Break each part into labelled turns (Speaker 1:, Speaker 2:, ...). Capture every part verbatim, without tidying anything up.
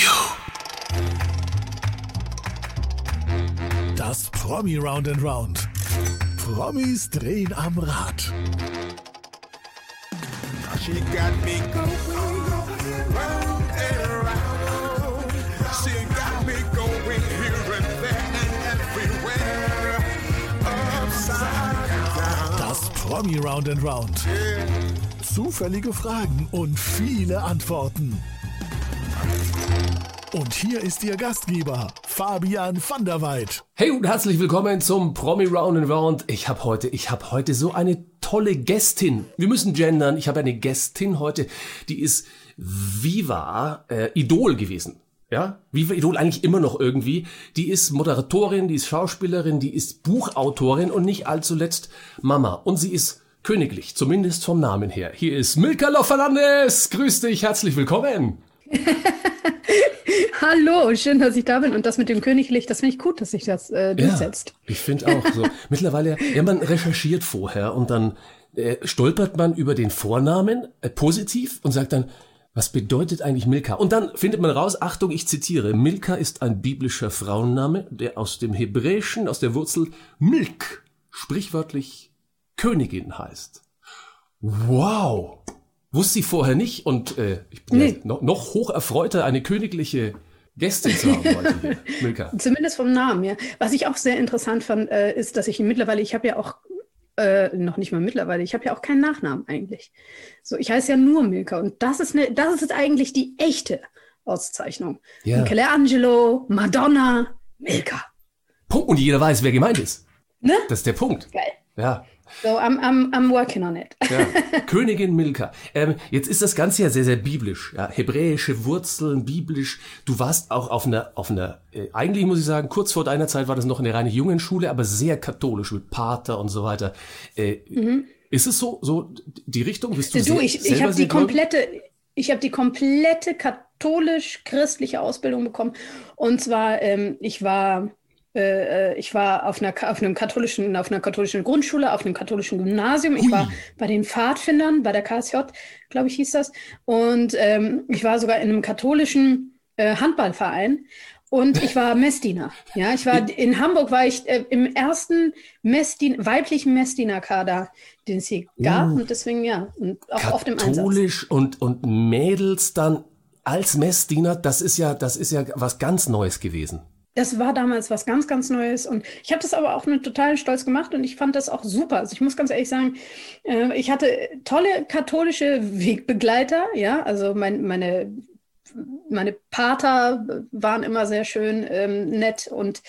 Speaker 1: Das Promi Round and Round. Promis drehen am Rad.
Speaker 2: She got me going round and round. She got me going here and there and everywhere. Upside down.
Speaker 1: Das Promi Round and Round.
Speaker 2: Yeah.
Speaker 1: Zufällige Fragen und viele Antworten. Und hier ist Ihr Gastgeber, Fabian van der Weid.
Speaker 3: Hey und herzlich willkommen zum Promi Round and Round. Ich habe heute, ich habe heute so eine tolle Gästin. Wir müssen gendern. Ich habe eine Gästin heute, die ist Viva äh, Idol gewesen. Ja, Viva Idol eigentlich immer noch irgendwie. Die ist Moderatorin, die ist Schauspielerin, die ist Buchautorin und nicht allzu letzt Mama. Und sie ist königlich, zumindest vom Namen her. Hier ist Milka Fernandes. Grüß dich, herzlich willkommen.
Speaker 4: Hallo, schön, dass ich da bin. Und das mit dem Königlich, das finde ich gut, dass sich das äh, durchsetzt.
Speaker 3: Ja, ich finde auch so. Mittlerweile, ja, man recherchiert vorher und dann äh, stolpert man über den Vornamen äh, positiv und sagt dann, was bedeutet eigentlich Milka? Und dann findet man raus, Achtung, ich zitiere, Milka ist ein biblischer Frauenname, der aus dem Hebräischen, aus der Wurzel Milk, sprichwörtlich Königin heißt. Wow! Wusste ich vorher nicht und äh, ich bin nee. ja noch, noch hoch erfreuter, eine königliche Gästin zu haben heute hier, Milka.
Speaker 4: Zumindest vom Namen, ja. Was ich auch sehr interessant fand, äh, ist, dass ich mittlerweile, ich habe ja auch, äh, noch nicht mal mittlerweile, ich habe ja auch keinen Nachnamen eigentlich. So, ich heiße ja nur Milka und das ist, eine, das ist eigentlich die echte Auszeichnung.
Speaker 3: Ja.
Speaker 4: Michelangelo, Madonna, Milka.
Speaker 3: Punkt. Und jeder weiß, wer gemeint ist.
Speaker 4: Ne?
Speaker 3: Das ist der Punkt.
Speaker 4: Geil.
Speaker 3: Ja.
Speaker 4: So, I'm, I'm, I'm working on it.
Speaker 3: Ja. Königin Milka. Ähm, jetzt ist das Ganze ja sehr, sehr biblisch. Ja, hebräische Wurzeln, biblisch. Du warst auch auf einer, auf einer, äh, eigentlich muss ich sagen, kurz vor deiner Zeit war das noch eine reine Jungenschule, aber sehr katholisch mit Pater und so weiter. Äh, mhm. Ist es so, so die Richtung? Bist du,
Speaker 4: du
Speaker 3: sehr,
Speaker 4: ich, ich habe die komplette, ich habe die komplette katholisch-christliche Ausbildung bekommen. Und zwar, ähm, ich war Ich war auf einer, auf einem katholischen, auf einer katholischen Grundschule, auf einem katholischen Gymnasium. Ich Ui. war bei den Pfadfindern, bei der K S J, glaube ich, hieß das. Und ähm, ich war sogar in einem katholischen äh, Handballverein. Und ich war Messdiener. Ja, ich war in Hamburg war ich äh, im ersten Messdien, weiblichen Messdienerkader, den es hier gab. Uh. Und deswegen ja, und auch auf dem Einsatz.
Speaker 3: Katholisch und und Mädels dann als Messdiener, das ist ja, das ist ja was ganz Neues gewesen.
Speaker 4: Das war damals was ganz, ganz Neues und ich habe das aber auch mit totalen Stolz gemacht und ich fand das auch super. Also ich muss ganz ehrlich sagen, äh, ich hatte tolle katholische Wegbegleiter, ja, also mein, meine, meine Pater waren immer sehr schön ähm, nett und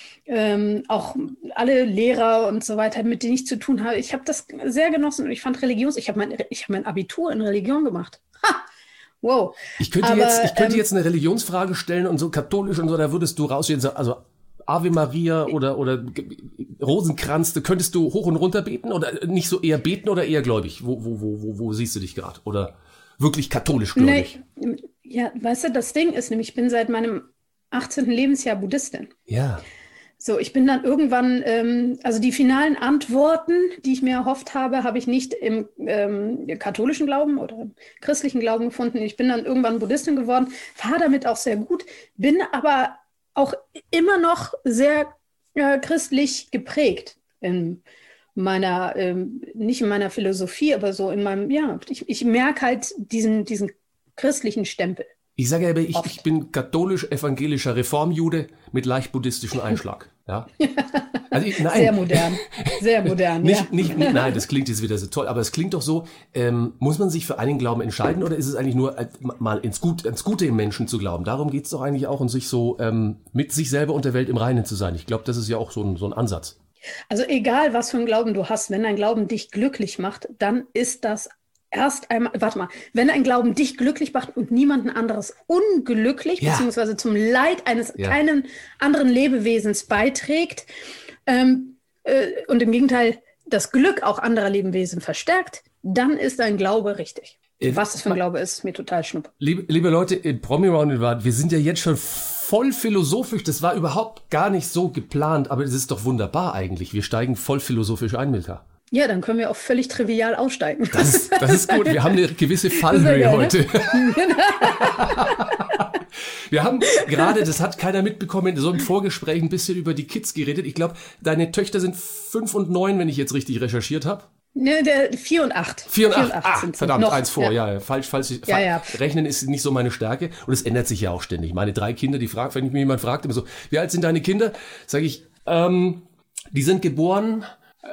Speaker 4: ähm, auch alle Lehrer und so weiter, mit denen ich zu tun habe. Ich habe das sehr genossen und ich fand Religions, ich habe mein, ich habe mein Abitur in Religion gemacht. Ha! Wow.
Speaker 3: Ich könnte,
Speaker 4: Aber,
Speaker 3: jetzt, ich könnte
Speaker 4: ähm,
Speaker 3: jetzt eine Religionsfrage stellen und so katholisch und so, da würdest du rausgehen, also Ave Maria oder, oder Rosenkranz, da könntest du hoch und runter beten oder nicht so eher beten oder eher gläubig? Wo, wo, wo, wo, wo siehst du dich gerade? Oder wirklich katholisch gläubig?
Speaker 4: Nee, ja, weißt du, das Ding ist nämlich, ich bin seit meinem achtzehnten Lebensjahr Buddhistin.
Speaker 3: Ja.
Speaker 4: So, ich bin dann irgendwann, ähm, also die finalen Antworten, die ich mir erhofft habe, habe ich nicht im ähm, katholischen Glauben oder im christlichen Glauben gefunden. Ich bin dann irgendwann Buddhistin geworden, war damit auch sehr gut, bin aber auch immer noch sehr äh, christlich geprägt in meiner, ähm, nicht in meiner Philosophie, aber so in meinem, ja, ich, ich merke halt diesen, diesen christlichen Stempel.
Speaker 3: Ich sage aber, ich, ich bin katholisch-evangelischer Reformjude mit leicht buddhistischem Einschlag. Ja. Also ich, nein.
Speaker 4: Sehr modern, sehr modern.
Speaker 3: nicht,
Speaker 4: ja.
Speaker 3: nicht, nicht, nein, das klingt jetzt wieder so toll, aber es klingt doch so, ähm, muss man sich für einen Glauben entscheiden oder ist es eigentlich nur äh, mal ins, Gut, ins Gute im Menschen zu glauben? Darum geht's doch eigentlich auch, um sich so ähm, mit sich selber und der Welt im Reinen zu sein. Ich glaube, das ist ja auch so ein, so ein Ansatz.
Speaker 4: Also egal, was für einen Glauben du hast, wenn dein Glauben dich glücklich macht, dann ist das erst einmal, warte mal, wenn ein Glauben dich glücklich macht und niemanden anderes unglücklich, ja. beziehungsweise zum Leid eines ja. keinen anderen Lebewesens beiträgt ähm, äh, und im Gegenteil das Glück auch anderer Lebewesen verstärkt, dann ist dein Glaube richtig. Äh, Was das für ein Glaube ist, ist mir total schnuppe.
Speaker 3: Liebe, liebe Leute, in Promi Round and Round, wir sind ja jetzt schon voll philosophisch, das war überhaupt gar nicht so geplant, aber es ist doch wunderbar eigentlich. Wir steigen voll philosophisch ein, Milka.
Speaker 4: Ja, dann können wir auch völlig trivial aussteigen.
Speaker 3: Das ist, das ist gut. Wir haben eine gewisse Fallhöhe
Speaker 4: geil,
Speaker 3: heute.
Speaker 4: Ne?
Speaker 3: Wir haben gerade, das hat keiner mitbekommen, so im Vorgespräch ein bisschen über die Kids geredet. Ich glaube, deine Töchter sind fünf und neun, wenn ich jetzt richtig recherchiert habe.
Speaker 4: Ne, der vier und acht.
Speaker 3: Vier und acht, ah,
Speaker 4: sind
Speaker 3: verdammt,
Speaker 4: noch,
Speaker 3: eins vor,
Speaker 4: ja.
Speaker 3: ja, ja falsch, falsch.
Speaker 4: Ja, ja.
Speaker 3: Rechnen ist nicht so meine Stärke und es ändert sich ja auch ständig. Meine drei Kinder, die fragen, wenn mich jemand fragt, immer so, wie alt sind deine Kinder? Sage ich, ähm, die sind geboren...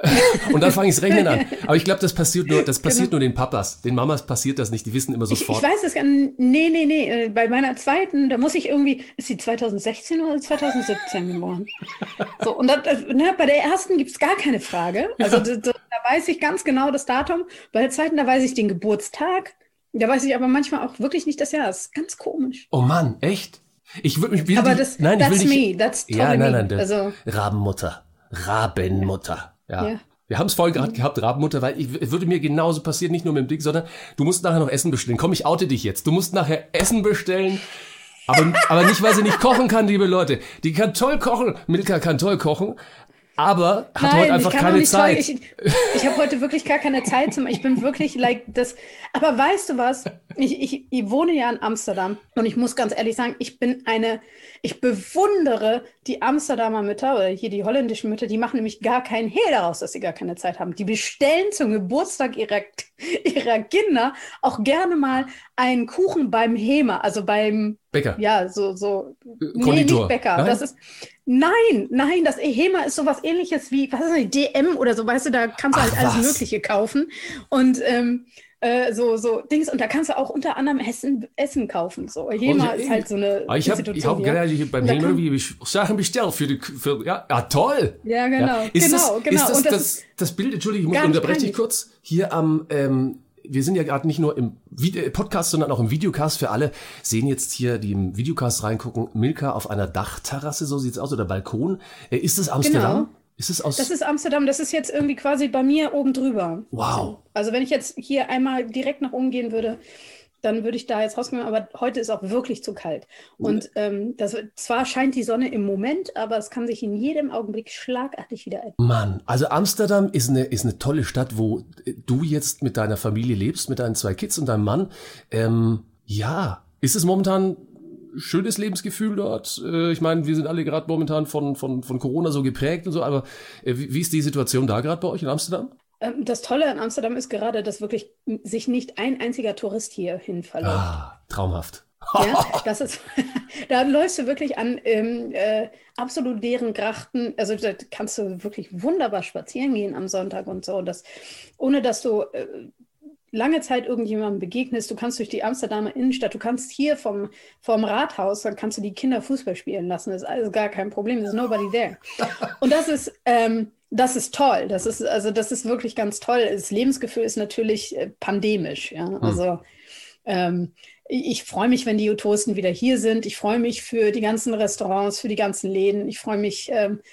Speaker 3: Und dann fange ich das Rechnen an. Aber ich glaube, das passiert nur, das passiert genau. nur den Papas. Den Mamas passiert das nicht. Die wissen immer sofort.
Speaker 4: Ich, ich weiß es gar nicht. Nee, nee, nee. Bei meiner zweiten, da muss ich irgendwie, ist sie zwanzig sechzehn oder zwanzig siebzehn geboren? So, und das, ne, bei der ersten gibt es gar keine Frage. Also da, da weiß ich ganz genau das Datum. Bei der zweiten, da weiß ich den Geburtstag. Da weiß ich aber manchmal auch wirklich nicht das Jahr. Das ist ganz komisch.
Speaker 3: Oh Mann, echt? Ich würde mich will
Speaker 4: Aber
Speaker 3: dich,
Speaker 4: das,
Speaker 3: nein, ich
Speaker 4: that's
Speaker 3: will dich,
Speaker 4: me. That's totally
Speaker 3: ja, nein, nein,
Speaker 4: me. Also,
Speaker 3: Rabenmutter. Rabenmutter. Ja.
Speaker 4: Ja.
Speaker 3: Wir haben es vorhin gerade gehabt, Rabenmutter, weil ich, es würde mir genauso passieren, nicht nur mit dem Ding, sondern du musst nachher noch Essen bestellen. Komm, ich oute dich jetzt. Du musst nachher Essen bestellen, aber, aber nicht, weil sie nicht kochen kann, liebe Leute. Die kann toll kochen. Milka kann toll kochen, aber hat
Speaker 4: Nein,
Speaker 3: heute einfach
Speaker 4: ich kann
Speaker 3: keine
Speaker 4: nicht
Speaker 3: Zeit.
Speaker 4: Toll, ich ich habe heute wirklich gar keine Zeit zum, ich bin wirklich like das, aber weißt du was, ich, ich, ich wohne ja in Amsterdam und ich muss ganz ehrlich sagen, ich bin eine, ich bewundere die Amsterdamer Mütter oder hier die holländischen Mütter, die machen nämlich gar keinen Hehl daraus, dass sie gar keine Zeit haben. Die bestellen zum Geburtstag ihrer, ihrer Kinder auch gerne mal einen Kuchen beim Hema, also beim
Speaker 3: Bäcker.
Speaker 4: Ja, so, so,
Speaker 3: Konditor.
Speaker 4: Nee, nicht Bäcker,
Speaker 3: Nein?
Speaker 4: das ist, nein, nein, das HEMA ist sowas ähnliches wie, was ist das, D M oder so, weißt du, da kannst du
Speaker 3: Ach,
Speaker 4: halt alles
Speaker 3: was?
Speaker 4: Mögliche kaufen und ähm, äh, so, so Dings, und da kannst du auch unter anderem Essen, Essen kaufen, so. HEMA
Speaker 3: Oh,
Speaker 4: ist halt so eine
Speaker 3: Ah, ich habe
Speaker 4: Institution.
Speaker 3: ich hab
Speaker 4: ja.
Speaker 3: gerade hier beim
Speaker 4: Und da
Speaker 3: Händler
Speaker 4: kann-
Speaker 3: wie ich Sachen bestellt für die, für, ja, ja, toll.
Speaker 4: Ja, genau,
Speaker 3: Ist
Speaker 4: genau,
Speaker 3: das,
Speaker 4: genau.
Speaker 3: Ist das,
Speaker 4: Und das
Speaker 3: das, das Bild, Entschuldigung, ich muss
Speaker 4: gar nicht
Speaker 3: unterbreche dich
Speaker 4: peinlich.
Speaker 3: kurz, hier am, ähm, wir sind ja gerade nicht nur im Video Podcast, sondern auch im Videocast für alle, sehen jetzt hier, die im Videocast reingucken, Milka auf einer Dachterrasse, so sieht's aus, oder Balkon. Äh, ist das Amsterdam?
Speaker 4: Genau.
Speaker 3: Ist es aus...
Speaker 4: Das ist Amsterdam, das ist jetzt irgendwie quasi bei mir oben drüber.
Speaker 3: Wow.
Speaker 4: Also wenn ich jetzt hier einmal direkt nach oben gehen würde, dann würde ich da jetzt rausgehen, aber heute ist auch wirklich zu kalt. Und ähm, das, zwar scheint die Sonne im Moment, aber es kann sich in jedem Augenblick schlagartig wieder ändern.
Speaker 3: Mann, also Amsterdam ist eine, ist eine tolle Stadt, wo du jetzt mit deiner Familie lebst, mit deinen zwei Kids und deinem Mann. Ähm, ja, ist es momentan ein schönes Lebensgefühl dort? Äh, ich meine, wir sind alle gerade momentan von, von, von Corona so geprägt und so, aber äh, wie, wie ist die Situation da gerade bei euch in Amsterdam?
Speaker 4: Ähm, das Tolle an Amsterdam ist gerade, dass wirklich sich nicht ein einziger Tourist hierhin verläuft.
Speaker 3: Ah, traumhaft.
Speaker 4: Ja, das ist, da läufst du wirklich an ähm, äh, absolut leeren Grachten, also da kannst du wirklich wunderbar spazieren gehen am Sonntag und so, das, ohne dass du äh, lange Zeit irgendjemandem begegnest. Du kannst durch die Amsterdamer Innenstadt, du kannst hier vom, vom Rathaus, dann kannst du die Kinder Fußball spielen lassen, das ist alles gar kein Problem, there's nobody there. Und das ist, ähm, das ist toll, das ist, also das ist wirklich ganz toll. Das Lebensgefühl ist natürlich äh, pandemisch, ja, also ähm, ich freue mich, wenn die Touristen wieder hier sind. Ich freue mich für die ganzen Restaurants, für die ganzen Läden. Ich freue mich, ähm,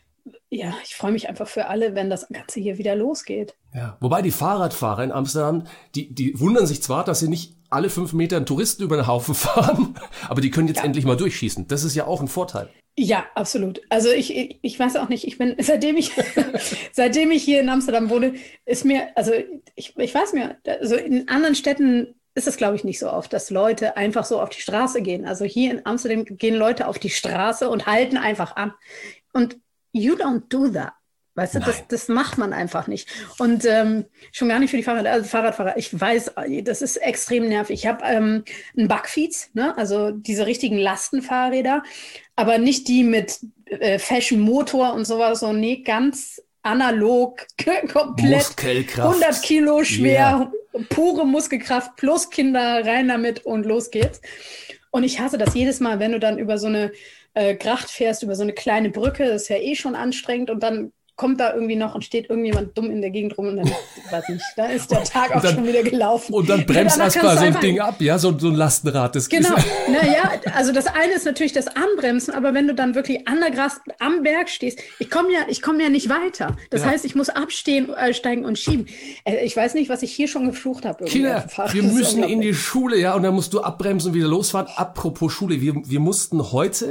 Speaker 4: ja, ich freue mich einfach für alle, wenn das Ganze hier wieder losgeht.
Speaker 3: Ja, wobei die Fahrradfahrer in Amsterdam, die, die wundern sich zwar, dass sie nicht alle fünf Meter einen Touristen über den Haufen fahren, aber die können jetzt
Speaker 4: Ja.
Speaker 3: endlich mal durchschießen. Das ist ja auch ein Vorteil.
Speaker 4: Ja, absolut. Also ich, ich, ich weiß auch nicht, ich bin, seitdem ich, seitdem ich hier in Amsterdam wohne, ist mir, also ich, ich weiß mir, also in anderen Städten ist es, glaube ich, nicht so oft, dass Leute einfach so auf die Straße gehen. Also hier in Amsterdam gehen Leute auf die Straße und halten einfach an. Und you don't do that. Weißt du, das, das macht man einfach nicht. Und ähm, schon gar nicht für die Fahrrad, also Fahrradfahrer. Ich weiß, das ist extrem nervig. Ich habe ähm, einen Bugfeeds, ne? Also diese richtigen Lastenfahrräder, aber nicht die mit äh, Fashion-Motor und sowas, so nee, ganz analog, komplett
Speaker 3: Muskelkraft.
Speaker 4: hundert Kilo schwer,
Speaker 3: Ja.
Speaker 4: pure Muskelkraft plus Kinder, rein damit und los geht's. Und ich hasse das jedes Mal, wenn du dann über so eine äh, Gracht fährst, über so eine kleine Brücke, das ist ja eh schon anstrengend und dann kommt da irgendwie noch und steht irgendjemand dumm in der Gegend rum und dann, weiß nicht, da ist der Tag auch
Speaker 3: dann-
Speaker 4: schon wieder gelaufen.
Speaker 3: Und dann bremst
Speaker 4: Danach
Speaker 3: erstmal
Speaker 4: kannst
Speaker 3: so
Speaker 4: du
Speaker 3: ein
Speaker 4: einfach-
Speaker 3: Ding ab, ja, so, so ein Lastenrad. Das
Speaker 4: Genau,
Speaker 3: ist,
Speaker 4: naja, also das eine ist natürlich das Anbremsen, aber wenn du dann wirklich an der Gras am Berg stehst, ich komme ja, ich komme ja nicht weiter. Das
Speaker 3: Ja.
Speaker 4: heißt, ich muss abstehen, äh, steigen und schieben. Äh, ich weiß nicht, was ich hier schon geflucht habe. irgendwie auf
Speaker 3: Kinder,
Speaker 4: dem Fahrrad.
Speaker 3: wir
Speaker 4: Das ist
Speaker 3: müssen in die
Speaker 4: unglaublich.
Speaker 3: Schule, ja, und dann musst du abbremsen und wieder losfahren. Apropos Schule, wir, wir mussten heute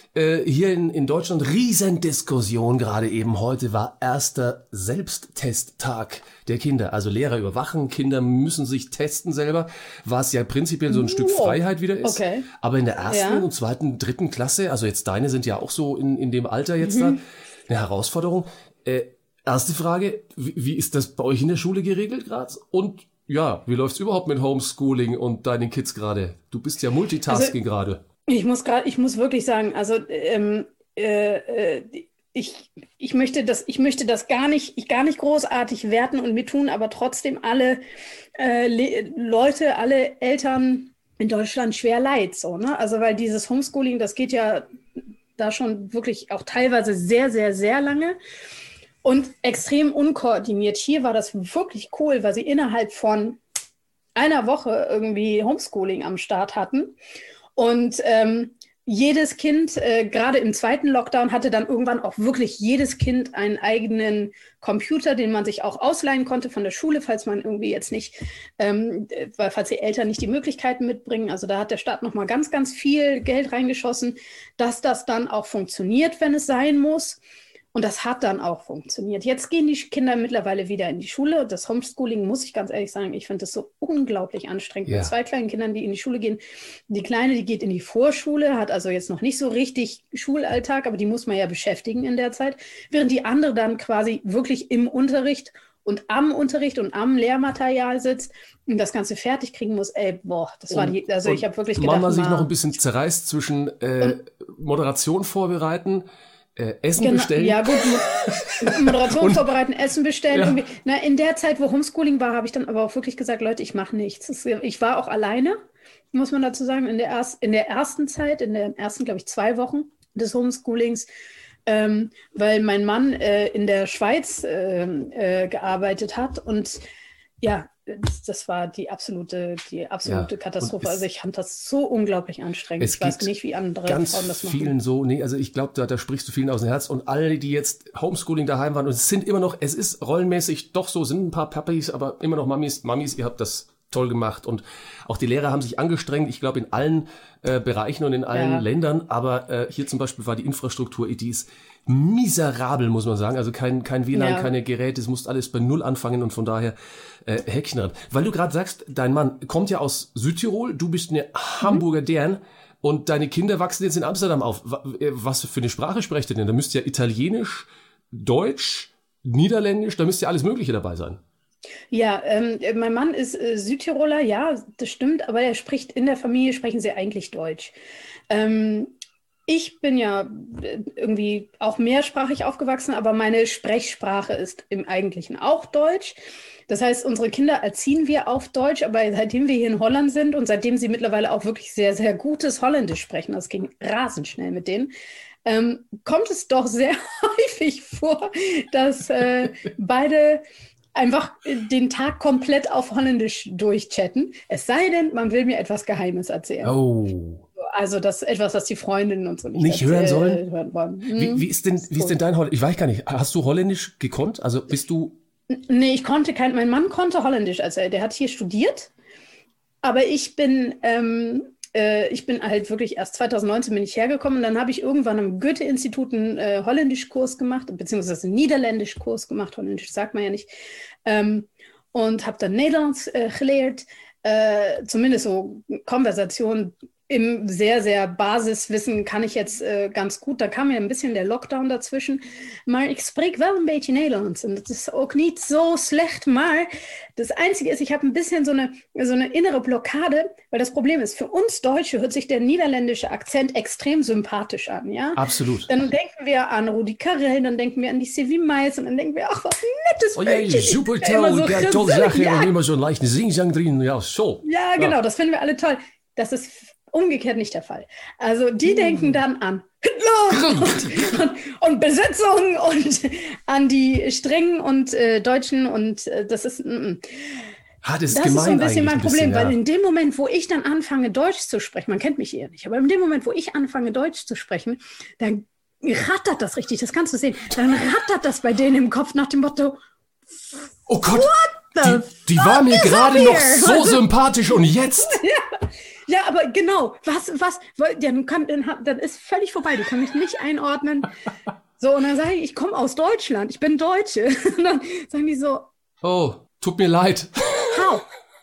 Speaker 3: Äh, hier in, in Deutschland Riesendiskussion. Gerade eben heute war erster Selbsttesttag der Kinder. Also Lehrer überwachen, Kinder müssen sich testen selber, was ja prinzipiell so ein Stück
Speaker 4: Wow.
Speaker 3: Freiheit wieder ist.
Speaker 4: Okay.
Speaker 3: Aber in der ersten
Speaker 4: Ja.
Speaker 3: und zweiten, dritten Klasse, also jetzt deine sind ja auch so in, in dem Alter jetzt
Speaker 4: Mhm.
Speaker 3: da, eine Herausforderung. Äh, erste Frage, wie, wie ist das bei euch in der Schule geregelt gerade? Und ja, wie läuft's überhaupt mit Homeschooling und deinen Kids gerade? Du bist ja Multitasking
Speaker 4: Also,
Speaker 3: gerade.
Speaker 4: Ich muss gerade, ich muss wirklich sagen, also ähm, äh, äh, ich, ich möchte das, ich möchte das gar nicht, ich gar nicht großartig werten und mir tun, aber trotzdem alle äh, Le Leute, alle Eltern in Deutschland schwer leid, so, ne? Also weil dieses Homeschooling, das geht ja da schon wirklich auch teilweise sehr, sehr, sehr lange und extrem unkoordiniert. Hier war das wirklich cool, weil sie innerhalb von einer Woche irgendwie Homeschooling am Start hatten. Und ähm, jedes Kind, äh, gerade im zweiten Lockdown, hatte dann irgendwann auch wirklich jedes Kind einen eigenen Computer, den man sich auch ausleihen konnte von der Schule, falls man irgendwie jetzt nicht, ähm, weil falls die Eltern nicht die Möglichkeiten mitbringen. Also da hat der Staat nochmal ganz, ganz viel Geld reingeschossen, dass das dann auch funktioniert, wenn es sein muss. Und das hat dann auch funktioniert. Jetzt gehen die Kinder mittlerweile wieder in die Schule. Das Homeschooling, muss ich ganz ehrlich sagen, ich finde das so unglaublich anstrengend.
Speaker 3: Ja.
Speaker 4: Mit zwei kleinen Kindern, die in die Schule gehen. Die Kleine, die geht in die Vorschule, hat also jetzt noch nicht so richtig Schulalltag, aber die muss man ja beschäftigen in der Zeit. Während die andere dann quasi wirklich im Unterricht und am Unterricht und am Lehrmaterial sitzt und das Ganze fertig kriegen muss. Ey, boah, das war die, also ich habe wirklich gedacht,
Speaker 3: Mama sich
Speaker 4: na,
Speaker 3: noch ein bisschen zerreißt zwischen äh, Moderation vorbereiten, äh, Essen
Speaker 4: Genau,
Speaker 3: bestellen.
Speaker 4: ja gut, Mo- Moderation
Speaker 3: Und-
Speaker 4: vorbereiten, Essen bestellen.
Speaker 3: Ja.
Speaker 4: Irgendwie. Na, in der Zeit, wo Homeschooling war, habe ich dann aber auch wirklich gesagt, Leute, ich mache nichts. Das, ich war auch alleine, muss man dazu sagen, in der, erst, in der ersten Zeit, in den ersten, glaube ich, zwei Wochen des Homeschoolings, ähm, weil mein Mann äh, in der Schweiz äh, äh, gearbeitet hat und ja, das, das war die absolute, die absolute
Speaker 3: Ja,
Speaker 4: Katastrophe.
Speaker 3: und es-
Speaker 4: Also ich fand das so unglaublich anstrengend.
Speaker 3: Es
Speaker 4: Ich weiß
Speaker 3: geht
Speaker 4: nicht, wie andere
Speaker 3: ganz
Speaker 4: Frauen das machen.
Speaker 3: vielen so, nee, also ich glaube, da, da sprichst du vielen aus dem Herz und alle, die jetzt Homeschooling daheim waren und es sind immer noch, es ist rollenmäßig doch so, sind ein paar Papis, aber immer noch Mamis, Mamis, ihr habt das toll gemacht und auch die Lehrer haben sich angestrengt, ich glaube in allen äh, Bereichen und in allen
Speaker 4: Ja.
Speaker 3: Ländern, aber äh, hier zum Beispiel war die Infrastruktur, die ist miserabel, muss man sagen, also kein, kein W L A N,
Speaker 4: Ja.
Speaker 3: keine Geräte, es muss alles bei Null anfangen und von daher äh, Häkchen dran. Weil du gerade sagst, dein Mann kommt ja aus Südtirol, du bist eine Hamburger Dern und deine Kinder wachsen jetzt in Amsterdam auf. Wa- äh, Was für eine Sprache sprecht ihr denn? Da müsst ihr Italienisch, Deutsch, Niederländisch, da müsste ja alles Mögliche dabei sein.
Speaker 4: Ja, ähm, mein Mann ist äh, Südtiroler, ja, das stimmt, aber er spricht, in der Familie sprechen sie eigentlich Deutsch. Ähm, ich bin ja äh, irgendwie auch mehrsprachig aufgewachsen, aber meine Sprechsprache ist im Eigentlichen auch Deutsch. Das heißt, unsere Kinder erziehen wir auf Deutsch, aber seitdem wir hier in Holland sind und seitdem sie mittlerweile auch wirklich sehr, sehr gutes Holländisch sprechen, das ging rasend schnell mit denen, ähm, kommt es doch sehr häufig vor, dass äh, beide einfach den Tag komplett auf Holländisch durchchatten. Es sei denn, man will mir etwas Geheimes erzählen.
Speaker 3: Oh.
Speaker 4: Also das etwas, was die Freundinnen und so nicht,
Speaker 3: Nicht hören
Speaker 4: erzähl-
Speaker 3: sollen?
Speaker 4: hören wollen.
Speaker 3: Wie,
Speaker 4: Hm.
Speaker 3: wie ist denn, wie ist denn dein Holländisch? Ich weiß gar nicht, hast du Holländisch gekonnt? Also bist du,
Speaker 4: Nee, ich konnte kein, mein Mann konnte Holländisch, also der hat hier studiert, aber ich bin, ähm, äh, ich bin halt wirklich erst zwanzig neunzehn bin ich hergekommen und dann habe ich irgendwann am Goethe-Institut einen äh, Holländischkurs gemacht, beziehungsweise einen Niederländischkurs gemacht, Holländisch sagt man ja nicht, ähm, und habe dann Nederlands äh, gelehrt, äh, zumindest so Konversation im sehr, sehr Basiswissen kann ich jetzt äh, ganz gut. Da kam ja ein bisschen der Lockdown dazwischen. Maar ik spreek wel een beetje Nederlands. Und das ist auch nicht so schlecht. Maar das Einzige ist, ich habe ein bisschen so eine, so eine innere Blockade, weil das Problem ist, für uns Deutsche hört sich der niederländische Akzent extrem sympathisch an. Ja?
Speaker 3: absolut.
Speaker 4: Dann denken wir an Rudi Carrell, dann denken wir an die Sylvie Mais und dann denken wir, ach, was ein nettes
Speaker 3: Oh ja,
Speaker 4: Mädchen.
Speaker 3: super
Speaker 4: Der immer
Speaker 3: toll,
Speaker 4: so
Speaker 3: ja, toll
Speaker 4: gesellig-
Speaker 3: Sache
Speaker 4: ja,
Speaker 3: und immer so einen leichten Singsang drin, ja, so.
Speaker 4: ja, genau, das finden wir alle toll. Das ist umgekehrt nicht der Fall. Also die denken dann an Hitler und, und, und Besetzung und an die strengen und äh, Deutschen und äh, das ist mm, mm.
Speaker 3: Ah, das ist
Speaker 4: das
Speaker 3: gemein
Speaker 4: ist so ein bisschen
Speaker 3: eigentlich
Speaker 4: mein Problem,
Speaker 3: bisschen,
Speaker 4: weil
Speaker 3: ja.
Speaker 4: in dem Moment, wo ich dann anfange, Deutsch zu sprechen, man kennt mich eher nicht, aber in dem Moment, wo ich anfange, Deutsch zu sprechen, dann rattert das richtig, das kannst du sehen, dann rattert das bei denen im Kopf nach dem Motto,
Speaker 3: Oh Gott,
Speaker 4: the
Speaker 3: die, die war mir
Speaker 4: fuck is
Speaker 3: gerade
Speaker 4: up
Speaker 3: noch
Speaker 4: here?
Speaker 3: so sympathisch und jetzt?
Speaker 4: Ja, aber genau, was, was, ja, dann, kann, dann, dann ist völlig vorbei, du kannst mich nicht einordnen. So, und dann sage ich, ich komme aus Deutschland, ich bin Deutsche. Und dann sagen die so,
Speaker 3: oh, tut mir leid.
Speaker 4: how?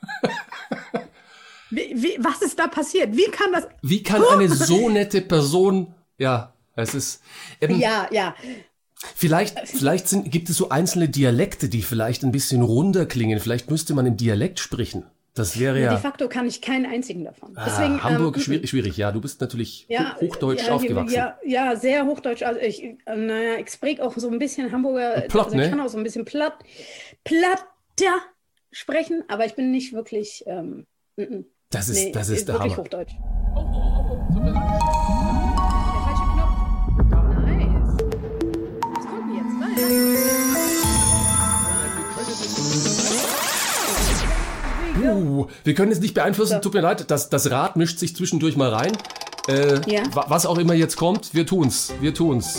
Speaker 4: Wie, wie, was ist da passiert? Wie kann das?
Speaker 3: Wie kann eine so nette Person, ja, es ist, ähm,
Speaker 4: Ja, ja.
Speaker 3: Vielleicht, vielleicht sind, gibt es so einzelne Dialekte, die vielleicht ein bisschen runder klingen. Vielleicht müsste man im Dialekt sprechen. Das wäre ja.
Speaker 4: De facto kann ich keinen einzigen davon.
Speaker 3: Ah,
Speaker 4: Deswegen,
Speaker 3: Hamburg
Speaker 4: ähm,
Speaker 3: schwierig, schwierig. Ja, du bist natürlich
Speaker 4: ja,
Speaker 3: hochdeutsch
Speaker 4: ja,
Speaker 3: aufgewachsen.
Speaker 4: Ja, ja, sehr hochdeutsch. Also ich, äh, naja, ich spreche auch so ein bisschen Hamburger.
Speaker 3: Platt,
Speaker 4: also ich
Speaker 3: ne?
Speaker 4: kann auch so ein bisschen platt, platter sprechen, aber ich bin nicht wirklich. Ähm, m-m.
Speaker 3: Das ist,
Speaker 4: nee,
Speaker 3: das ist der
Speaker 4: wirklich
Speaker 3: Hammer.
Speaker 4: hochdeutsch. Oh, oh, oh, oh. Tut mir leid. Der falsche Knopf. Nice. Was kommt denn jetzt?
Speaker 3: Uh, wir können es nicht beeinflussen, tut mir leid, das, das Rad mischt sich zwischendurch mal rein. Äh,
Speaker 4: Ja.
Speaker 3: wa- Was auch immer jetzt kommt, wir tun's, wir tun's.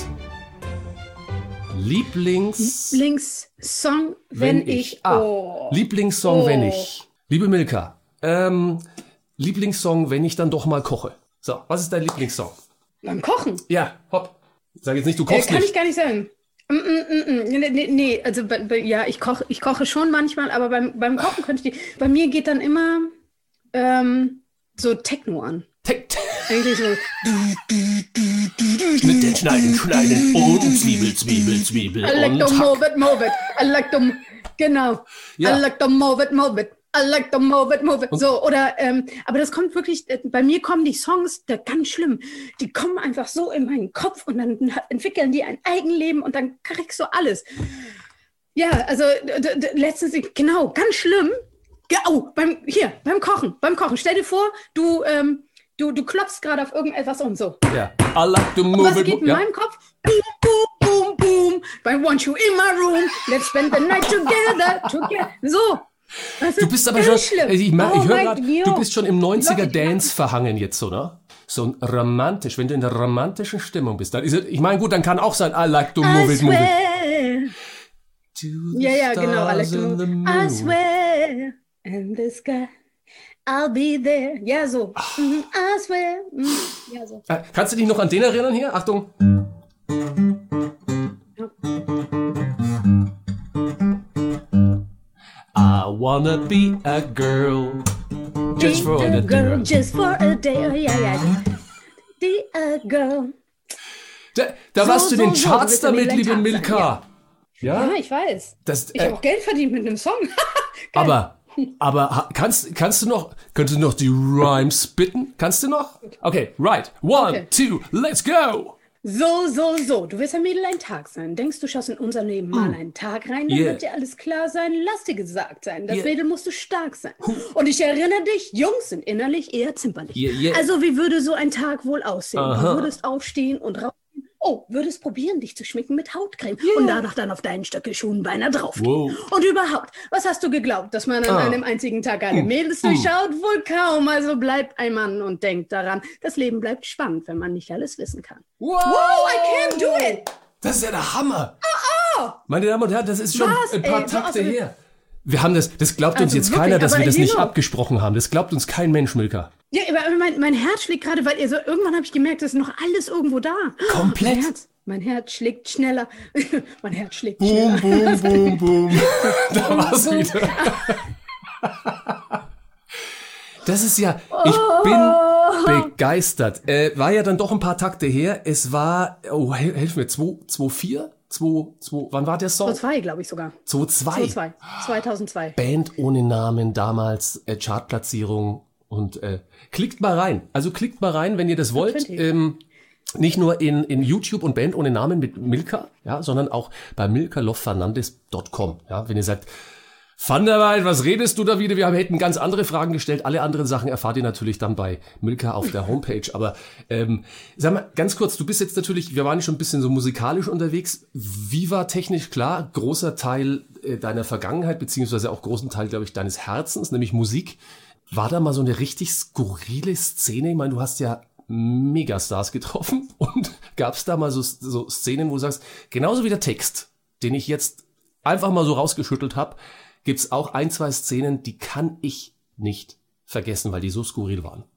Speaker 3: Lieblings...
Speaker 4: Lieblingssong, wenn, ich.
Speaker 3: Ah,
Speaker 4: Oh.
Speaker 3: Lieblingssong, wenn
Speaker 4: Oh.
Speaker 3: ich. Liebe Milka, ähm, Lieblingssong, wenn ich dann doch mal koche. So, was ist dein Lieblingssong?
Speaker 4: Beim Kochen.
Speaker 3: Ja, hopp. Sag jetzt nicht, du
Speaker 4: Äh,
Speaker 3: kochst
Speaker 4: kann ich
Speaker 3: nicht.
Speaker 4: gar nicht sagen. Mm, mm, mm, mm. Nee, nee, nee, also bei, bei, ja, ich koche, ich koche schon manchmal, aber beim, beim Kochen könnte ich die. Bei mir geht dann immer ähm, so Techno an.
Speaker 3: Tek- tek-
Speaker 4: Eigentlich so.
Speaker 3: Schnitten, schneiden, schneiden und Zwiebel, Zwiebel, Zwiebel
Speaker 4: I like
Speaker 3: und
Speaker 4: to
Speaker 3: Hack.
Speaker 4: move it, move it. I like to, genau.
Speaker 3: Ja.
Speaker 4: I like to move it, move it. I like to move it, move it. So, oder, ähm, aber das kommt wirklich, äh, bei mir kommen die Songs, da ganz schlimm, die kommen einfach so in meinen Kopf und dann ha- entwickeln die ein Eigenleben und dann kriegst du alles. Ja, also d- d- letztens, genau, ganz schlimm. Ge- Oh, beim, hier, beim Kochen, beim Kochen. Stell dir vor, du, ähm, du, du klopfst gerade auf irgendetwas und so.
Speaker 3: Ja. I like to
Speaker 4: Und
Speaker 3: move
Speaker 4: was
Speaker 3: it.
Speaker 4: geht in
Speaker 3: Ja.
Speaker 4: meinem Kopf? Boom, boom, boom, boom. I want you in my room. Let's spend the night together. together. So. Das
Speaker 3: Du
Speaker 4: ist
Speaker 3: bist aber
Speaker 4: ganz
Speaker 3: schon,
Speaker 4: schlimm.
Speaker 3: ich, mer-
Speaker 4: Oh
Speaker 3: ich höre
Speaker 4: mein
Speaker 3: gerade,
Speaker 4: Gott.
Speaker 3: du bist schon im neunziger
Speaker 4: Leute, die
Speaker 3: Dance verhangen jetzt, oder? So ein romantisch, wenn du in der romantischen Stimmung bist, dann ist es, ich meine, gut, dann kann auch sein, I like to move
Speaker 4: I
Speaker 3: it, move it.
Speaker 4: swear.
Speaker 3: To the
Speaker 4: Ja, ja, genau. I like
Speaker 3: stars
Speaker 4: to
Speaker 3: and the
Speaker 4: move. I
Speaker 3: moon.
Speaker 4: swear. In the sky. I'll be there. Ja, so. Mhm. I swear. Mhm. Ja, so.
Speaker 3: Äh, Kannst du dich noch an den erinnern hier? Achtung. I wanna be a girl just
Speaker 4: Be
Speaker 3: for
Speaker 4: a
Speaker 3: the
Speaker 4: girl,
Speaker 3: day.
Speaker 4: just for a day. Oh, ja, ja. Be a girl.
Speaker 3: Da, da
Speaker 4: So,
Speaker 3: warst du
Speaker 4: so,
Speaker 3: in den
Speaker 4: so,
Speaker 3: Charts
Speaker 4: du bist ja
Speaker 3: damit,
Speaker 4: nicht
Speaker 3: liebe
Speaker 4: ein Tag
Speaker 3: Milka.
Speaker 4: sein,
Speaker 3: Ja,
Speaker 4: Ja, ich weiß.
Speaker 3: das,
Speaker 4: Ich habe
Speaker 3: äh,
Speaker 4: auch Geld verdient mit einem Song. Geil.
Speaker 3: aber, aber ha- kannst, kannst du noch, könntest du noch die Rhymes spitten? Kannst du noch? Okay, right. One,
Speaker 4: Okay.
Speaker 3: two, let's go.
Speaker 4: So, so, so. Du willst ein Mädel ein Tag sein. Denkst du, schaust in unser Leben mal einen Tag rein, dann
Speaker 3: Yeah.
Speaker 4: wird dir alles klar sein. Lass dir gesagt sein. Das
Speaker 3: Yeah.
Speaker 4: Mädel musst du stark sein. Und ich erinnere dich, Jungs sind innerlich eher zimperlich.
Speaker 3: Yeah, yeah.
Speaker 4: Also wie würde so ein Tag wohl aussehen?
Speaker 3: Aha.
Speaker 4: Du würdest aufstehen und rausgehen. Oh, würdest probieren, dich zu schminken mit Hautcreme und danach dann auf deinen Stöckelschuhen beinahe drauf.
Speaker 3: Wow.
Speaker 4: Und überhaupt, was hast du geglaubt, dass man an
Speaker 3: Ah.
Speaker 4: einem einzigen Tag alle Mädels durchschaut? Wohl kaum. Also bleibt ein Mann und denkt daran, das Leben bleibt spannend, wenn man nicht alles wissen kann.
Speaker 3: Wow,
Speaker 4: Wow, I can't do it!
Speaker 3: Das ist ja der Hammer. Meine Damen und Herren, das ist schon
Speaker 4: Was,
Speaker 3: ein paar
Speaker 4: ey,
Speaker 3: Takte
Speaker 4: also-
Speaker 3: her. Wir haben das, das glaubt uns
Speaker 4: Also
Speaker 3: jetzt
Speaker 4: wirklich,
Speaker 3: keiner, dass
Speaker 4: aber
Speaker 3: wir das
Speaker 4: you
Speaker 3: nicht
Speaker 4: know.
Speaker 3: abgesprochen haben. Das glaubt uns kein Mensch, Milka.
Speaker 4: Ja, aber mein, mein Herz schlägt gerade, weil also irgendwann habe ich gemerkt, es ist noch alles irgendwo da.
Speaker 3: Komplett.
Speaker 4: Mein Herz, mein Herz schlägt schneller. mein Herz schlägt
Speaker 3: Boom,
Speaker 4: schneller.
Speaker 3: boom, boom, boom. Da war's
Speaker 4: boom.
Speaker 3: wieder. Das ist ja, ich bin
Speaker 4: Oh.
Speaker 3: begeistert. Äh, war ja dann doch ein paar Takte her. Es war, oh, hel- helf mir, zwei, zwei, vier? zwei, zwei, wann war der Song?
Speaker 4: zwei, glaube ich sogar.
Speaker 3: zwei, zwei.
Speaker 4: zwei, zweitausendzwei.
Speaker 3: Band ohne Namen, damals äh, Chartplatzierung und äh, klickt mal rein. Also klickt mal rein, wenn ihr das wollt.
Speaker 4: fünfzig.
Speaker 3: Ähm, nicht nur in, in YouTube und Band ohne Namen mit Milka, ja, sondern auch bei milka love fernandes punkt com. Ja, wenn ihr sagt, Van der Weid, was redest du da wieder? Wir haben, hätten ganz andere Fragen gestellt. Alle anderen Sachen erfahrt ihr natürlich dann bei Milka auf der Homepage. Aber ähm, sag mal, ganz kurz, du bist jetzt natürlich, wir waren schon ein bisschen so musikalisch unterwegs. Viva technisch klar, großer Teil äh, deiner Vergangenheit, beziehungsweise auch großen Teil, glaube ich, deines Herzens, nämlich Musik. War da mal so eine richtig skurrile Szene? Ich meine, du hast ja Megastars getroffen und gab es da mal so, so Szenen, wo du sagst, genauso wie der Text, den ich jetzt einfach mal so rausgeschüttelt habe, gibt's auch ein, zwei Szenen, die kann ich nicht vergessen, weil die so skurril waren.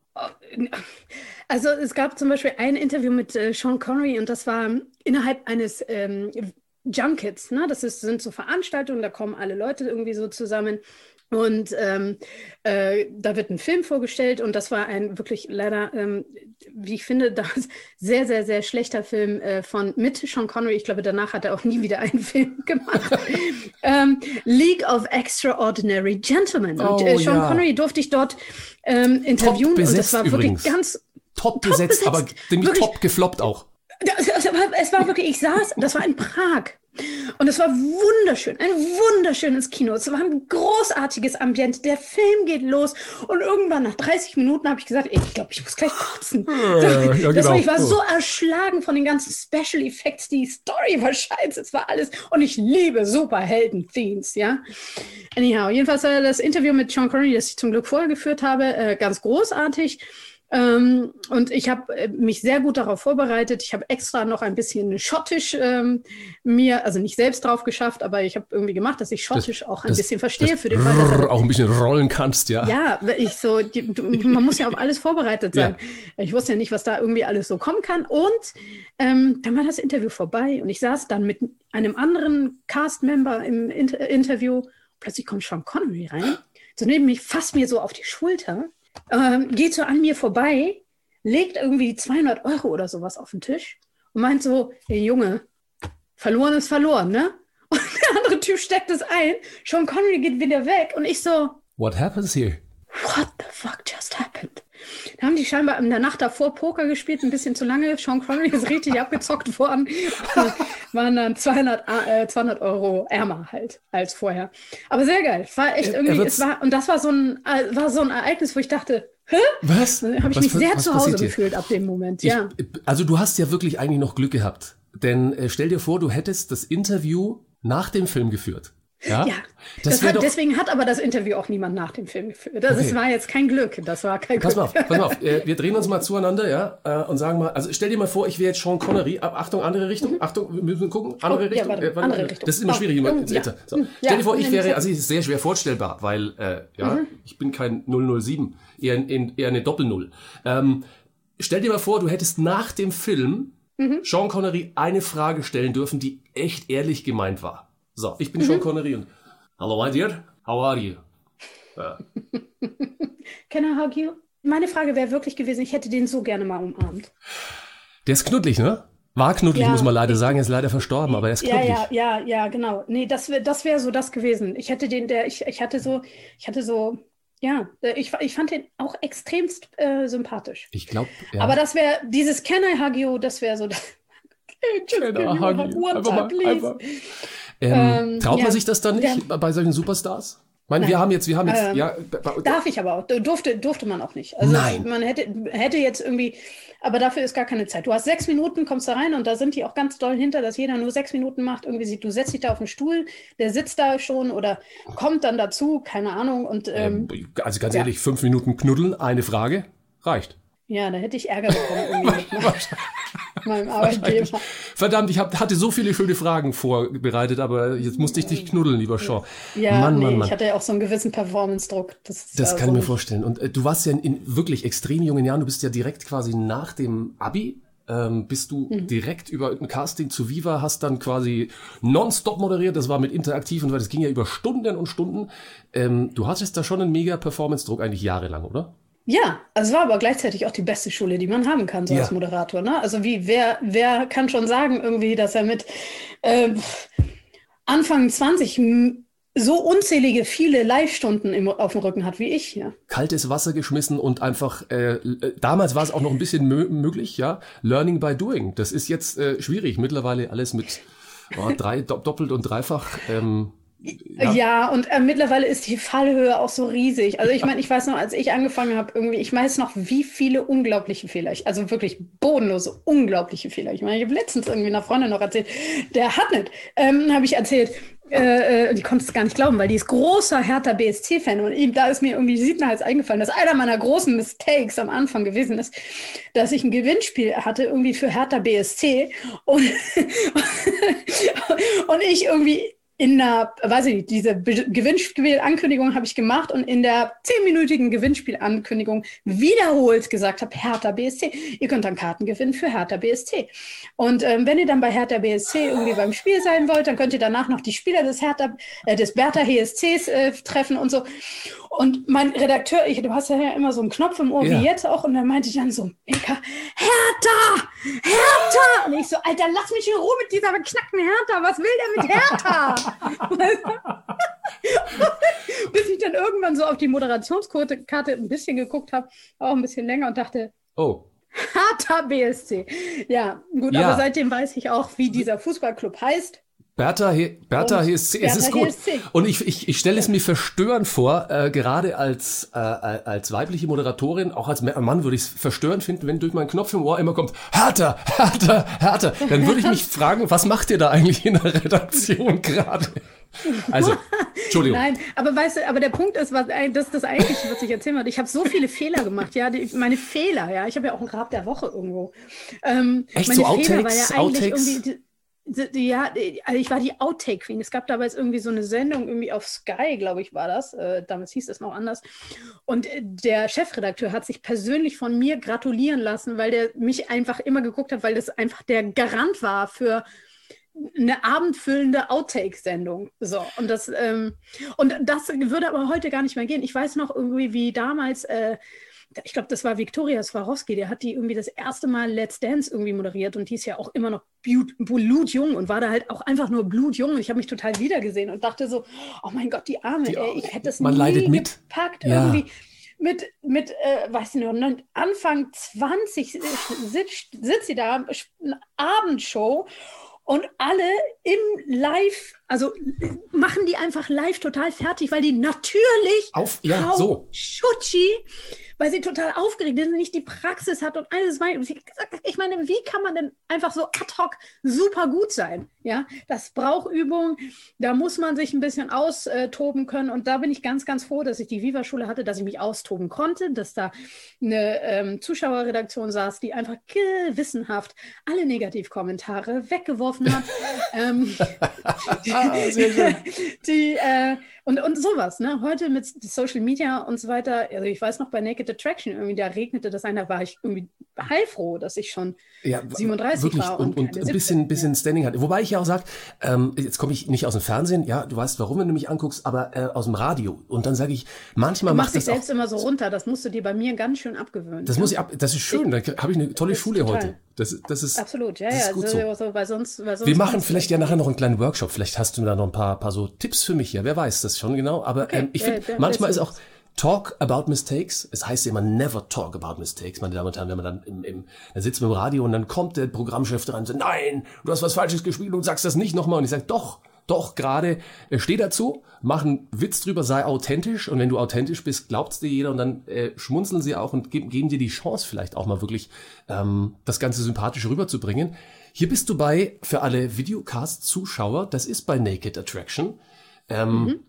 Speaker 4: Also es gab zum Beispiel ein Interview mit äh, Sean Connery und das war innerhalb eines ähm, Junkets, ne? Das ist, sind so Veranstaltungen, da kommen alle Leute irgendwie so zusammen und ähm, äh, da wird ein Film vorgestellt und das war ein wirklich leider, ähm, wie ich finde, das sehr, sehr, sehr schlechter Film äh, von mit Sean Connery. Ich glaube, danach hat er auch nie wieder einen Film gemacht. ähm, League of Extraordinary Gentlemen.
Speaker 3: Oh,
Speaker 4: und äh, Sean
Speaker 3: ja.
Speaker 4: Connery durfte ich dort ähm, interviewen
Speaker 3: Top
Speaker 4: und das war
Speaker 3: übrigens.
Speaker 4: wirklich ganz
Speaker 3: Top,
Speaker 4: top
Speaker 3: besetzt,
Speaker 4: besetzt.
Speaker 3: aber ziemlich
Speaker 4: Wirklich.
Speaker 3: top gefloppt auch.
Speaker 4: Das, das, es war wirklich, ich saß, das war in Prag. Und es war wunderschön, ein wunderschönes Kino. Es war ein großartiges Ambiente. Der Film geht los und irgendwann nach dreißig Minuten habe ich gesagt, ey, ich glaube, ich muss gleich kotzen.
Speaker 3: Ja, ja,
Speaker 4: das war, ich
Speaker 3: genau.
Speaker 4: war so erschlagen von den ganzen Special Effects. Die Story war scheiße, es war alles. Und ich liebe Superhelden-Themes, ja. Anyhow, jedenfalls äh, das Interview mit Sean Connery, das ich zum Glück vorher geführt habe, äh, ganz großartig. Ähm, und ich habe äh, mich sehr gut darauf vorbereitet. Ich habe extra noch ein bisschen Schottisch ähm, mir, also nicht selbst drauf geschafft, aber ich habe irgendwie gemacht, dass ich Schottisch auch ein
Speaker 3: das-
Speaker 4: bisschen verstehe
Speaker 3: das
Speaker 4: für den Fall, dass er
Speaker 3: auch ein bisschen rollen kannst, ja.
Speaker 4: ja, ich so, die, du, man muss ja auf alles vorbereitet sein. Ich wusste ja nicht, was da irgendwie alles so kommen kann. Und ähm, dann war das Interview vorbei und ich saß dann mit einem anderen Cast-Member im Inter- Interview. Plötzlich kommt Sean Connery rein, so neben mich, fasst mir so auf die Schulter, ähm, geht so an mir vorbei, legt irgendwie zweihundert Euro oder sowas auf den Tisch und meint so, hey Junge, verloren ist verloren, ne? Und der andere Typ steckt es ein, Sean Connery geht wieder weg und ich so,
Speaker 3: What happens here?
Speaker 4: what the fuck just happened? Da haben die scheinbar in der Nacht davor Poker gespielt, ein bisschen zu lange. Sean Connery ist richtig abgezockt worden. Waren dann zweihundert, äh, zweihundert Euro ärmer halt als vorher. Aber sehr geil. Es war echt
Speaker 3: Er- er
Speaker 4: irgendwie,
Speaker 3: wird's-
Speaker 4: es war, und das war so ein, äh, war so ein Ereignis, wo ich dachte, hä?
Speaker 3: Was?
Speaker 4: Dann habe ich
Speaker 3: Was
Speaker 4: mich
Speaker 3: für-
Speaker 4: sehr
Speaker 3: was
Speaker 4: zu Hause
Speaker 3: passiert hier?
Speaker 4: gefühlt ab dem Moment.
Speaker 3: Ich,
Speaker 4: Ja.
Speaker 3: Also du hast ja wirklich eigentlich noch Glück gehabt. Denn äh, stell dir vor, du hättest das Interview nach dem Film geführt. Ja,
Speaker 4: Ja,
Speaker 3: das
Speaker 4: das
Speaker 3: wäre
Speaker 4: hat,
Speaker 3: doch.
Speaker 4: deswegen hat aber das Interview auch niemand nach dem Film geführt. Das
Speaker 3: Okay.
Speaker 4: ist, war jetzt kein Glück. Das war kein
Speaker 3: Pass
Speaker 4: Glück.
Speaker 3: mal auf, pass mal auf. Äh, wir drehen uns mal zueinander, ja, äh, und sagen mal, also stell dir mal vor, ich wäre jetzt Sean Connery. Ab, Achtung, andere Richtung. Achtung, wir müssen gucken. Andere
Speaker 4: Oh, ja,
Speaker 3: Richtung.
Speaker 4: warte,
Speaker 3: Äh, warte,
Speaker 4: andere
Speaker 3: warte.
Speaker 4: Richtung.
Speaker 3: Das ist immer
Speaker 4: Oh,
Speaker 3: schwierig. Immer,
Speaker 4: oh, ja.
Speaker 3: so.
Speaker 4: Hm,
Speaker 3: Stell
Speaker 4: ja,
Speaker 3: dir vor, ich
Speaker 4: nein,
Speaker 3: wäre,
Speaker 4: so.
Speaker 3: also es ist sehr schwer vorstellbar, weil, äh, ja, ich bin kein null null sieben, eher, ein- eher eine Doppel-Null. Ähm, stell dir mal vor, du hättest nach dem Film
Speaker 4: Mhm.
Speaker 3: Sean Connery eine Frage stellen dürfen, die echt ehrlich gemeint war. So, ich bin
Speaker 4: Mhm.
Speaker 3: Sean Connery und Hello, my dear, how are you?
Speaker 4: Can I hug you? Meine Frage wäre wirklich gewesen, ich hätte den so gerne mal umarmt.
Speaker 3: Der ist knuddelig, ne? War knuddelig,
Speaker 4: Ja.
Speaker 3: muss man leider sagen, er ist leider verstorben, aber er ist
Speaker 4: Ja,
Speaker 3: knuddelig.
Speaker 4: ja, ja, ja, genau. Nee, das wäre das wär so das gewesen. Ich hätte den, der, ich, ich hatte so, ich hatte so, ja, äh, ich, ich fand den auch extremst äh, sympathisch.
Speaker 3: Ich glaube, ja.
Speaker 4: Aber das wäre, dieses Can I hug you, das wäre so das. Just give me one time, please.
Speaker 3: ähm,
Speaker 4: ähm,
Speaker 3: traut man
Speaker 4: ja.
Speaker 3: sich das dann nicht bei solchen Superstars? Ich meine, wir haben jetzt, wir haben jetzt,
Speaker 4: Ähm,
Speaker 3: ja, bei- bei-
Speaker 4: Darf ich aber auch. Durfte, durfte man auch nicht. Also
Speaker 3: Nein.
Speaker 4: man hätte, hätte jetzt irgendwie, aber dafür ist gar keine Zeit. Du hast sechs Minuten, kommst da rein und da sind die auch ganz doll hinter, dass jeder nur sechs Minuten macht. Irgendwie sieht, du setzt dich da auf den Stuhl, der sitzt da schon oder kommt dann dazu, keine Ahnung. Und ähm,
Speaker 3: ähm, also ganz
Speaker 4: ja.
Speaker 3: ehrlich, fünf Minuten knuddeln, eine Frage, reicht.
Speaker 4: ja, da hätte ich Ärger bekommen irgendwie mit meinem- meinem Arbeitgeber.
Speaker 3: Verdammt, ich hab, hatte so viele schöne Fragen vorbereitet, aber jetzt musste ich dich knuddeln, lieber Sean.
Speaker 4: Ja,
Speaker 3: Mann,
Speaker 4: nee,
Speaker 3: Mann, Mann.
Speaker 4: ich hatte ja auch so einen gewissen Performance-Druck. Das,
Speaker 3: Das
Speaker 4: war
Speaker 3: kann
Speaker 4: so
Speaker 3: ich mir
Speaker 4: nicht-
Speaker 3: vorstellen. Und äh, du warst ja in, in wirklich extrem jungen Jahren, du bist ja direkt quasi nach dem Abi, ähm, bist du
Speaker 4: Mhm.
Speaker 3: direkt über ein Casting zu Viva, hast dann quasi nonstop moderiert, das war mit interaktiv und so weiter, das ging ja über Stunden und Stunden. Ähm, du hattest da schon einen mega Performance-Druck eigentlich jahrelang, oder?
Speaker 4: Ja, also es war aber gleichzeitig auch die beste Schule, die man haben kann, so
Speaker 3: Ja.
Speaker 4: als Moderator. Ne? Also wie, wer, wer kann schon sagen irgendwie, dass er mit äh, Anfang zwanzig m- so unzählige viele Live-Stunden im, auf dem Rücken hat wie ich. Ja.
Speaker 3: Kaltes Wasser geschmissen und einfach, äh, äh, damals war es auch noch ein bisschen mö möglich, ja, Learning by Doing. Das ist jetzt äh, schwierig, mittlerweile alles mit oh, drei, do doppelt und dreifach. Ähm,
Speaker 4: Ja,
Speaker 3: Ja.
Speaker 4: und äh, mittlerweile ist die Fallhöhe auch so riesig. Also ich meine, ich weiß noch, als ich angefangen habe, irgendwie, ich weiß noch, wie viele unglaubliche Fehler, ich, also wirklich bodenlose, unglaubliche Fehler. Ich meine, ich habe letztens irgendwie einer Freundin noch erzählt, der hat nicht, ähm, habe ich erzählt, äh, äh, die konnte es gar nicht glauben, weil die ist großer Hertha B S C-Fan und ihm, da ist mir irgendwie Siebenhals eingefallen, dass einer meiner großen Mistakes am Anfang gewesen ist, dass ich ein Gewinnspiel hatte irgendwie für Hertha B S C und, und ich irgendwie in der, weiß ich nicht, diese Be- Gewinnspielankündigung habe ich gemacht und in der zehnminütigen Gewinnspielankündigung wiederholt gesagt habe, Hertha B S C, ihr könnt dann Karten gewinnen für Hertha B S C. Und ähm, wenn ihr dann bei Hertha B S C irgendwie beim Spiel sein wollt, dann könnt ihr danach noch die Spieler des Hertha, äh, des Bertha H S Cs äh, treffen und so. Und mein Redakteur, ich, du hast ja immer so einen Knopf im Ohr,
Speaker 3: Ja.
Speaker 4: wie jetzt auch, und dann meinte ich dann so, Mika, Hertha! Hertha! Und ich so, Alter, lass mich in Ruhe mit dieser beknackten Hertha, was will der mit Hertha? Bis ich dann irgendwann so auf die Moderationskarte Karte ein bisschen geguckt habe, auch ein bisschen länger und dachte,
Speaker 3: Oh.
Speaker 4: Hertha B S C. Ja, gut,
Speaker 3: Ja.
Speaker 4: aber seitdem weiß ich auch, wie dieser Fußballclub heißt.
Speaker 3: Bertha, He- Bertha
Speaker 4: Und
Speaker 3: H S C, es
Speaker 4: Bertha
Speaker 3: ist gut.
Speaker 4: H S C.
Speaker 3: Und ich, ich, ich stelle es mir verstörend vor, äh, gerade als, äh, als weibliche Moderatorin, auch als Mann würde ich es verstörend finden, wenn durch meinen Knopf im Ohr immer kommt, Hertha, Hertha, Hertha. Dann würde ich mich fragen, was macht ihr da eigentlich in der Redaktion gerade? Also, Entschuldigung.
Speaker 4: Nein, aber weißt du, aber der Punkt ist, was, das ist das Eigentliche, was ich erzählen wollte. Ich habe so viele Fehler gemacht, ja, die, meine Fehler, ja. Ich habe ja auch ein Grab der Woche irgendwo. Ähm,
Speaker 3: Echt,
Speaker 4: meine
Speaker 3: so
Speaker 4: Fehler,
Speaker 3: Outtakes?
Speaker 4: weil ja eigentlich
Speaker 3: Outtakes?
Speaker 4: irgendwie, die, die, die, ja, die, also ich war die Outtake Queen. Es gab damals irgendwie so eine Sendung, irgendwie auf Sky, glaube ich, war das. Äh, damals hieß es noch anders. Und äh, der Chefredakteur hat sich persönlich von mir gratulieren lassen, weil der mich einfach immer geguckt hat, weil das einfach der Garant war für eine abendfüllende Outtake-Sendung. So, und das, ähm, und das würde aber heute gar nicht mehr gehen. Ich weiß noch irgendwie, wie damals, äh, ich glaube, das war Viktoria Swarovski, der hat die irgendwie das erste Mal Let's Dance irgendwie moderiert und die ist ja auch immer noch blut- blutjung und war da halt auch einfach nur blutjung und ich habe mich total wiedergesehen und dachte so, oh mein Gott, die Arme,
Speaker 3: Die
Speaker 4: ey,
Speaker 3: Arme,
Speaker 4: ich hätte es
Speaker 3: man
Speaker 4: nie
Speaker 3: leidet mit.
Speaker 4: gepackt
Speaker 3: Ja.
Speaker 4: irgendwie. Mit, mit äh, weiß ich noch, Anfang zwanzig äh, sitzt, sitzt sie da, eine Abendshow und alle im Live, also machen die einfach live total fertig, weil die natürlich
Speaker 3: Auf- ja,
Speaker 4: Frau
Speaker 3: so.
Speaker 4: Schutschi, weil sie total aufgeregt ist und nicht die Praxis hat und alles weiter. Ich meine, wie kann man denn einfach so ad hoc super gut sein? Ja, das braucht Übung, da muss man sich ein bisschen austoben können und da bin ich ganz, ganz froh, dass ich die Viva-Schule hatte, dass ich mich austoben konnte, dass da eine ähm, Zuschauerredaktion saß, die einfach gewissenhaft alle Negativkommentare weggeworfen hat. ähm,
Speaker 3: Ah, sehr schön.
Speaker 4: die, äh, und, und sowas, ne? Heute mit Social Media und so weiter, also ich weiß noch bei Naked Attraction, irgendwie da regnete das ein, da war ich irgendwie heilfroh, dass ich schon
Speaker 3: Ja,
Speaker 4: siebenunddreißig
Speaker 3: wirklich,
Speaker 4: war
Speaker 3: und,
Speaker 4: und,
Speaker 3: und
Speaker 4: keine
Speaker 3: ein
Speaker 4: siebzehn.
Speaker 3: bisschen, bisschen Standing hat. Wobei ich ja auch sage, ähm, jetzt komme ich nicht aus dem Fernsehen, ja, du weißt warum, wenn du mich anguckst, aber äh, aus dem Radio. Und dann sage ich, manchmal
Speaker 4: Du
Speaker 3: macht
Speaker 4: machst dich
Speaker 3: das auch,
Speaker 4: selbst immer so runter, das musst du dir bei mir ganz schön abgewöhnen.
Speaker 3: das
Speaker 4: ja?
Speaker 3: muss ich ab, das ist schön, da habe ich eine tolle
Speaker 4: Das ist
Speaker 3: Schule
Speaker 4: total.
Speaker 3: heute. Das, das ist,
Speaker 4: Absolut, ja,
Speaker 3: das ist
Speaker 4: ja,
Speaker 3: gut
Speaker 4: so,
Speaker 3: so.
Speaker 4: so, weil sonst, weil sonst
Speaker 3: Wir machen
Speaker 4: kannst du-
Speaker 3: vielleicht ja nachher noch einen kleinen Workshop. Vielleicht hast du da noch ein paar, paar so Tipps für mich. Ja, wer weiß das schon genau. Aber
Speaker 4: Okay,
Speaker 3: ähm, ich
Speaker 4: ja,
Speaker 3: finde,
Speaker 4: ja,
Speaker 3: manchmal ist
Speaker 4: das
Speaker 3: auch Talk about mistakes. Es heißt ja immer never talk about mistakes, meine Damen und Herren. Wenn man dann im, im, da sitzt man im Radio und dann kommt der Programmchef dran und sagt, nein, du hast was Falsches gespielt und sagst das nicht nochmal. Und ich sage, doch, doch, gerade, äh, steh dazu, mach einen Witz drüber, sei authentisch. Und wenn du authentisch bist, glaubt's dir jeder und dann äh, schmunzeln sie auch und geben, geben dir die Chance vielleicht auch mal wirklich, ähm, das Ganze sympathisch rüberzubringen. Hier bist du bei, für alle Videocast-Zuschauer, das ist bei Naked Attraction. Ähm,
Speaker 4: Mhm.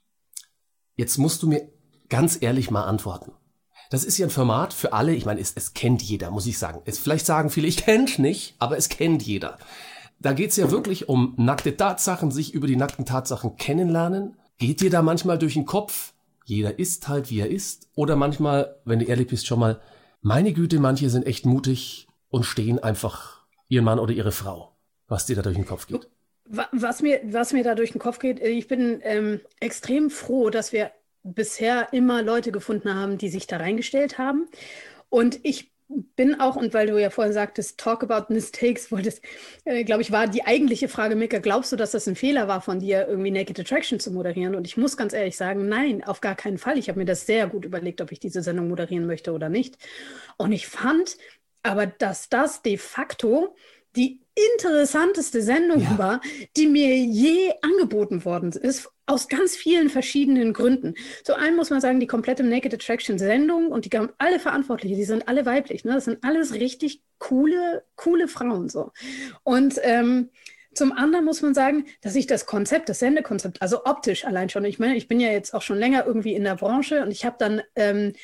Speaker 3: Jetzt musst du mir ganz ehrlich mal antworten. Das ist ja ein Format für alle, ich meine, es, es kennt jeder, muss ich sagen. Es, vielleicht sagen viele, ich kenn's nicht, aber es kennt jeder. Da geht's ja wirklich um nackte Tatsachen, sich über die nackten Tatsachen kennenlernen. Geht dir da manchmal durch den Kopf, jeder ist halt, wie er ist? Oder manchmal, wenn du ehrlich bist, schon mal, meine Güte, manche sind echt mutig und stehen einfach ihren Mann oder ihre Frau, was dir da durch den Kopf geht.
Speaker 4: Wa- Was mir, was mir da durch den Kopf geht, ich bin ähm, extrem froh, dass wir bisher immer Leute gefunden haben, die sich da reingestellt haben. Und ich bin auch, und weil du ja vorhin sagtest, talk about mistakes, wolltest, äh, glaube ich, war die eigentliche Frage, Mika, glaubst du, dass das ein Fehler war von dir, irgendwie Naked Attraction zu moderieren? Und ich muss ganz ehrlich sagen, nein, auf gar keinen Fall. Ich habe mir das sehr gut überlegt, ob ich diese Sendung moderieren möchte oder nicht. Und ich fand aber, dass das de facto die interessanteste Sendung
Speaker 3: Ja.
Speaker 4: war, die mir je angeboten worden ist, aus ganz vielen verschiedenen Gründen. Zum einen muss man sagen, die komplette Naked Attraction Sendung und die alle Verantwortlichen, die sind alle weiblich, ne? Das sind alles richtig coole, coole Frauen so. Und ähm, zum anderen muss man sagen, dass ich das Konzept, das Sendekonzept, also optisch allein schon, ich meine, ich bin ja jetzt auch schon länger irgendwie in der Branche und ich habe dann ähm,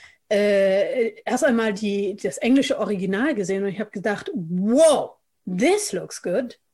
Speaker 4: äh, erst einmal die, das englische Original gesehen und ich habe gedacht, wow, this looks good.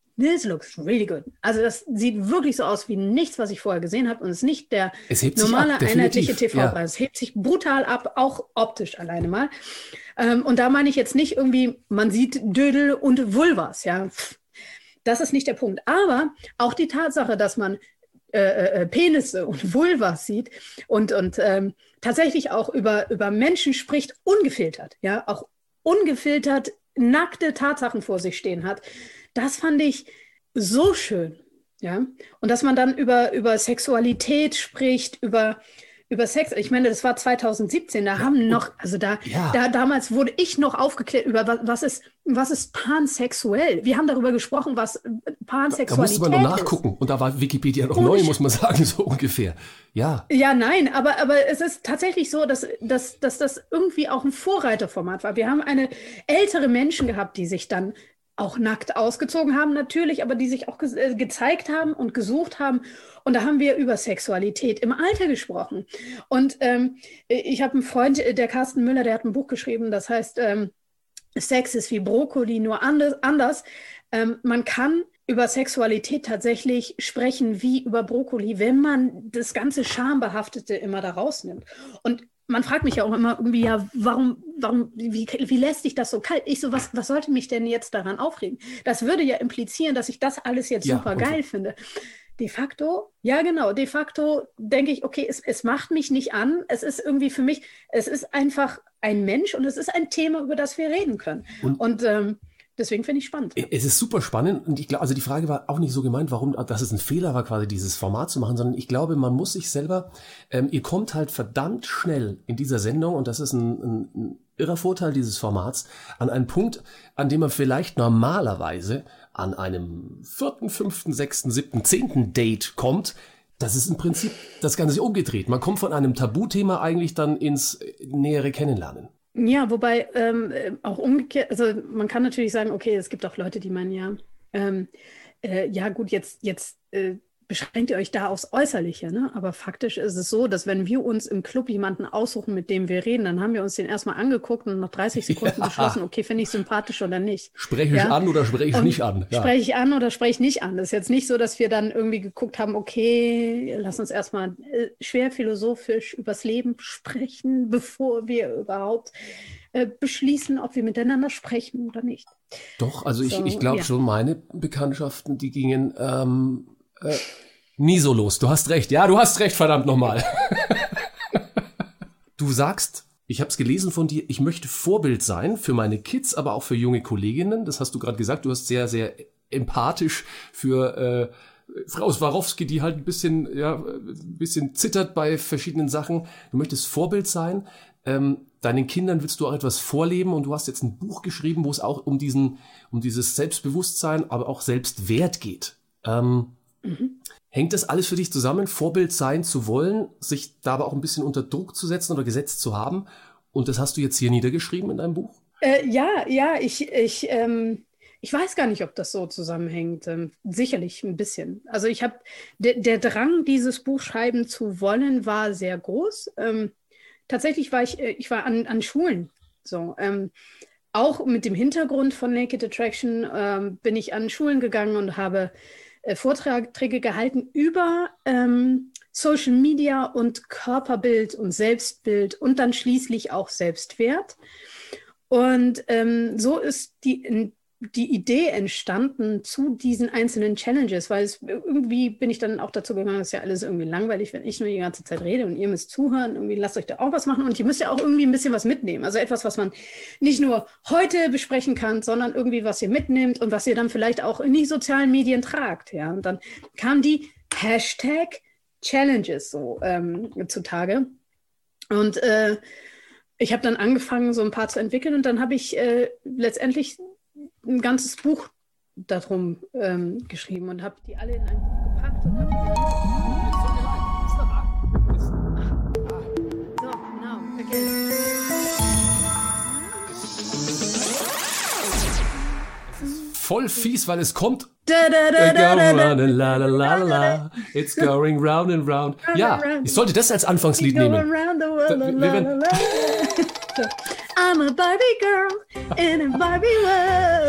Speaker 4: this looks really good. Also das sieht wirklich so aus wie nichts, was ich vorher gesehen habe und es ist nicht der
Speaker 3: Es hebt sich
Speaker 4: normale,
Speaker 3: ab,
Speaker 4: einheitliche
Speaker 3: definitiv,
Speaker 4: T V-Preis. Es hebt sich brutal ab, auch optisch alleine mal. Ähm, und da meine ich jetzt nicht irgendwie, man sieht Dödel und Vulvas, ja. Pff, das ist nicht der Punkt. Aber auch die Tatsache, dass man äh, äh, Penisse und Vulvas sieht und, und ähm, tatsächlich auch über, über Menschen spricht, ungefiltert, ja, auch ungefiltert nackte Tatsachen vor sich stehen hat, das fand ich so schön, ja. Und dass man dann über, über Sexualität spricht, über, über Sex. Ich meine, das war zwanzig siebzehn, da ja, haben noch, also da, ja. da damals wurde ich noch aufgeklärt über was, was ist, was ist pansexuell. Wir haben darüber gesprochen, was Pansexualität ist.
Speaker 3: Da musste man noch nachgucken und da war Wikipedia noch neu, muss man sagen, so ungefähr. Ja.
Speaker 4: Ja, nein, aber, aber es ist tatsächlich so, dass, dass, dass das irgendwie auch ein Vorreiterformat war. Wir haben eine ältere Menschen gehabt, die sich dann auch nackt ausgezogen haben natürlich, aber die sich auch ge- äh, gezeigt haben und gesucht haben. Und da haben wir über Sexualität im Alter gesprochen. Und ähm, ich habe einen Freund, der Carsten Müller, der hat ein Buch geschrieben, das heißt ähm, Sex ist wie Brokkoli, nur anders. anders. Ähm, man kann über Sexualität tatsächlich sprechen wie über Brokkoli, wenn man das ganze Schambehaftete immer da rausnimmt. Und man fragt mich ja auch immer irgendwie, ja, warum, warum, wie, wie lässt sich das so kalt? Ich so, was, was sollte mich denn jetzt daran aufregen? Das würde ja implizieren, dass ich das alles jetzt
Speaker 3: ja,
Speaker 4: super geil finde. De facto, ja genau, de facto denke ich, okay, es, es macht mich nicht an. Es ist irgendwie für mich, es ist einfach ein Mensch und es ist ein Thema, über das wir reden können. Und, und ähm, deswegen finde ich spannend.
Speaker 3: Es ist super spannend und ich glaube, also die Frage war auch nicht so gemeint, warum, dass es ein Fehler war, quasi dieses Format zu machen, sondern ich glaube, man muss sich selber, ähm, ihr kommt halt verdammt schnell in dieser Sendung und das ist ein, ein, ein irrer Vorteil dieses Formats, an einen Punkt, an dem man vielleicht normalerweise an einem vierten, fünften, sechsten, siebten, zehnten Date kommt. Das ist im Prinzip das Ganze umgedreht. Man kommt von einem Tabuthema eigentlich dann ins nähere Kennenlernen.
Speaker 4: Ja, wobei ähm, auch umgekehrt, also man kann natürlich sagen, okay, es gibt auch Leute, die meinen, ja, ähm, äh, ja gut, jetzt, jetzt äh, beschränkt ihr euch da aufs Äußerliche, ne? Aber faktisch ist es so, dass wenn wir uns im Club jemanden aussuchen, mit dem wir reden, dann haben wir uns den erstmal angeguckt und nach dreißig Sekunden ja. beschlossen, okay, finde ich sympathisch oder nicht.
Speaker 3: Spreche ich ja? an oder spreche ich und nicht an?
Speaker 4: Ja. Spreche ich an oder spreche ich nicht an? Das ist jetzt nicht so, dass wir dann irgendwie geguckt haben, okay, lass uns erstmal äh, schwer philosophisch übers Leben sprechen, bevor wir überhaupt äh, beschließen, ob wir miteinander sprechen oder nicht.
Speaker 3: Doch, also
Speaker 4: so,
Speaker 3: ich, ich glaube
Speaker 4: ja.
Speaker 3: schon, meine Bekanntschaften, die gingen ähm, äh, nie so los. Du hast recht. Ja, du hast recht, verdammt nochmal. Du sagst, ich habe es gelesen von dir, ich möchte Vorbild sein für meine Kids, aber auch für junge Kolleginnen. Das hast du gerade gesagt. Du hast sehr, sehr empathisch für äh, Frau Swarovski, die halt ein bisschen, ja, ein bisschen zittert bei verschiedenen Sachen. Du möchtest Vorbild sein. Ähm, deinen Kindern willst du auch etwas vorleben und du hast jetzt ein Buch geschrieben, wo es auch um diesen, um dieses Selbstbewusstsein, aber auch Selbstwert geht. Ähm, mhm. Hängt das alles für dich zusammen, Vorbild sein zu wollen, sich da aber auch ein bisschen unter Druck zu setzen oder gesetzt zu haben? Und das hast du jetzt hier niedergeschrieben in deinem Buch?
Speaker 4: Äh, ja, ja, ich, ich, ähm, ich weiß gar nicht, ob das so zusammenhängt. Ähm, sicherlich ein bisschen. Also ich habe, de- der Drang, dieses Buch schreiben zu wollen, war sehr groß. Ähm, tatsächlich war ich, ich war an, an Schulen. So, ähm, auch mit dem Hintergrund von Naked Attraction ähm, bin ich an Schulen gegangen und habe äh, Vorträge gehalten über ähm, Social Media und Körperbild und Selbstbild und dann schließlich auch Selbstwert. Und ähm, so ist die, die Idee entstanden zu diesen einzelnen Challenges, weil es irgendwie bin ich dann auch dazu gegangen, das ist ja alles irgendwie langweilig, wenn ich nur die ganze Zeit rede und ihr müsst zuhören, irgendwie lasst euch da auch was machen und ihr müsst ja auch irgendwie ein bisschen was mitnehmen. Also etwas, was man nicht nur heute besprechen kann, sondern irgendwie, was ihr mitnimmt und was ihr dann vielleicht auch in die sozialen Medien tragt. Ja? Und dann kam die Hashtag Challenges so ähm, zutage. Und äh, ich habe dann angefangen, so ein paar zu entwickeln und dann habe ich äh, letztendlich ein ganzes Buch darum ähm, geschrieben und habe die alle in ein Buch gepackt und habe die... So, genau, okay.
Speaker 3: Voll fies, weil es kommt...
Speaker 4: Da, da, da, da, da, da, da,
Speaker 3: la, la, la, la, la. It's going round and round. Ja, ich sollte das als Anfangslied nehmen.
Speaker 4: I'm a Barbie girl in a Barbie world.